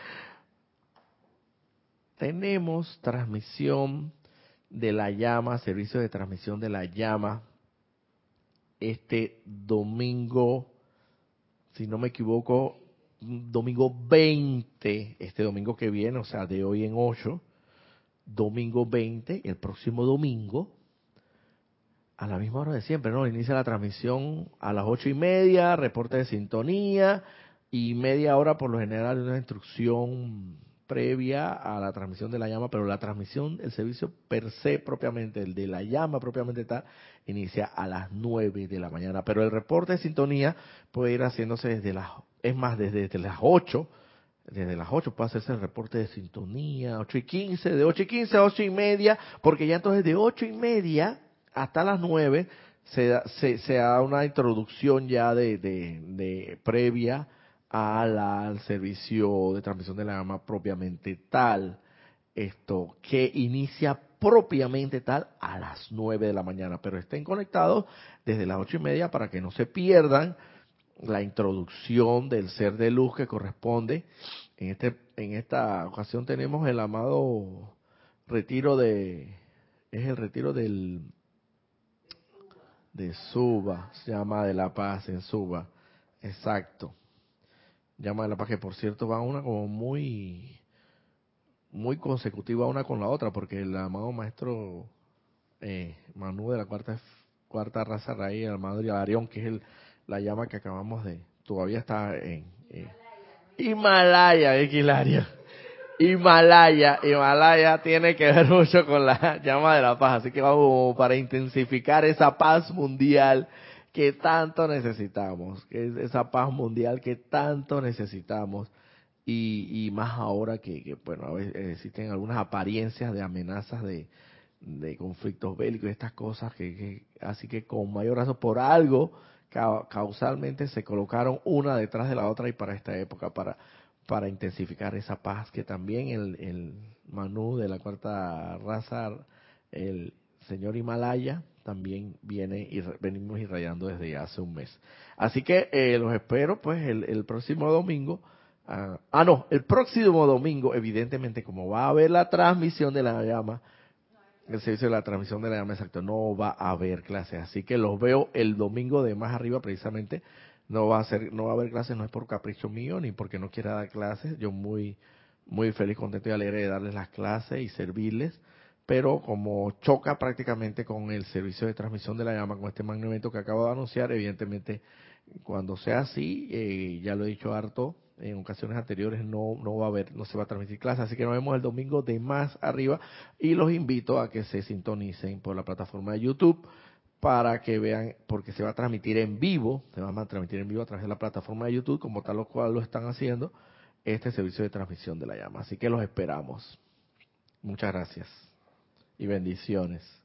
Tenemos transmisión de la llama, servicio de transmisión de la llama, este domingo, si no me equivoco, domingo veinte, este domingo que viene, o sea, de hoy en ocho, domingo veinte, el próximo domingo, a la misma hora de siempre, ¿no? Inicia la transmisión a las ocho y media, reporte de sintonía, y media hora por lo general una instrucción previa a la transmisión de la llama, pero la transmisión, el servicio per se propiamente, el de la llama propiamente tal, inicia a las nueve de la mañana, pero el reporte de sintonía puede ir haciéndose desde las, es más, desde, desde las ocho, desde las ocho puede hacerse el reporte de sintonía, ocho y quince, de ocho y quince a ocho y media, porque ya entonces de ocho y media hasta las nueve se da, se, se da una introducción ya de, de, de previa a la, al servicio de transmisión de la llama propiamente tal, esto que inicia propiamente tal a las nueve de la mañana, pero estén conectados desde las ocho y media para que no se pierdan la introducción del ser de luz que corresponde. En este en esta ocasión tenemos el amado retiro de, es el retiro del de Suba, se llama de la paz en Suba, exacto, llama de la paz, que por cierto va una como muy muy consecutiva una con la otra, porque el amado maestro eh, Manú de la cuarta cuarta raza raíz, el amado Hilarión, que es el, la llama que acabamos de, todavía está en eh, Himalaya, es Hilario. Himalaya, Himalaya tiene que ver mucho con la llama de la paz, así que vamos para intensificar esa paz mundial que tanto necesitamos, que es esa paz mundial que tanto necesitamos, y, y más ahora que, que, bueno, a veces existen algunas apariencias de amenazas de, de conflictos bélicos y estas cosas, que, que así que con mayor razón, por algo ca- causalmente se colocaron una detrás de la otra, y para esta época, para para intensificar esa paz que también el, el Manú de la cuarta raza, el señor Himalaya, también viene y venimos irradiando desde hace un mes. Así que eh, los espero pues el, el próximo domingo. Ah, ah, no, el próximo domingo, evidentemente, como va a haber la transmisión de la llama, el servicio de la transmisión de la llama, exacto, no va a haber clases. Así que los veo el domingo de más arriba, precisamente. No va a ser, no va a haber clases, no es por capricho mío ni porque no quiera dar clases. Yo muy, muy feliz, contento y alegre de darles las clases y servirles, pero como choca prácticamente con el servicio de transmisión de la llama, con este magno evento que acabo de anunciar, evidentemente, cuando sea así, eh, ya lo he dicho harto en ocasiones anteriores, no, no va a haber, no se va a transmitir clases, así que nos vemos el domingo de más arriba, y los invito a que se sintonicen por la plataforma de YouTube para que vean, porque se va a transmitir en vivo, se va a transmitir en vivo a través de la plataforma de YouTube, como tal lo cual lo están haciendo, este servicio de transmisión de la llama. Así que los esperamos. Muchas gracias y bendiciones.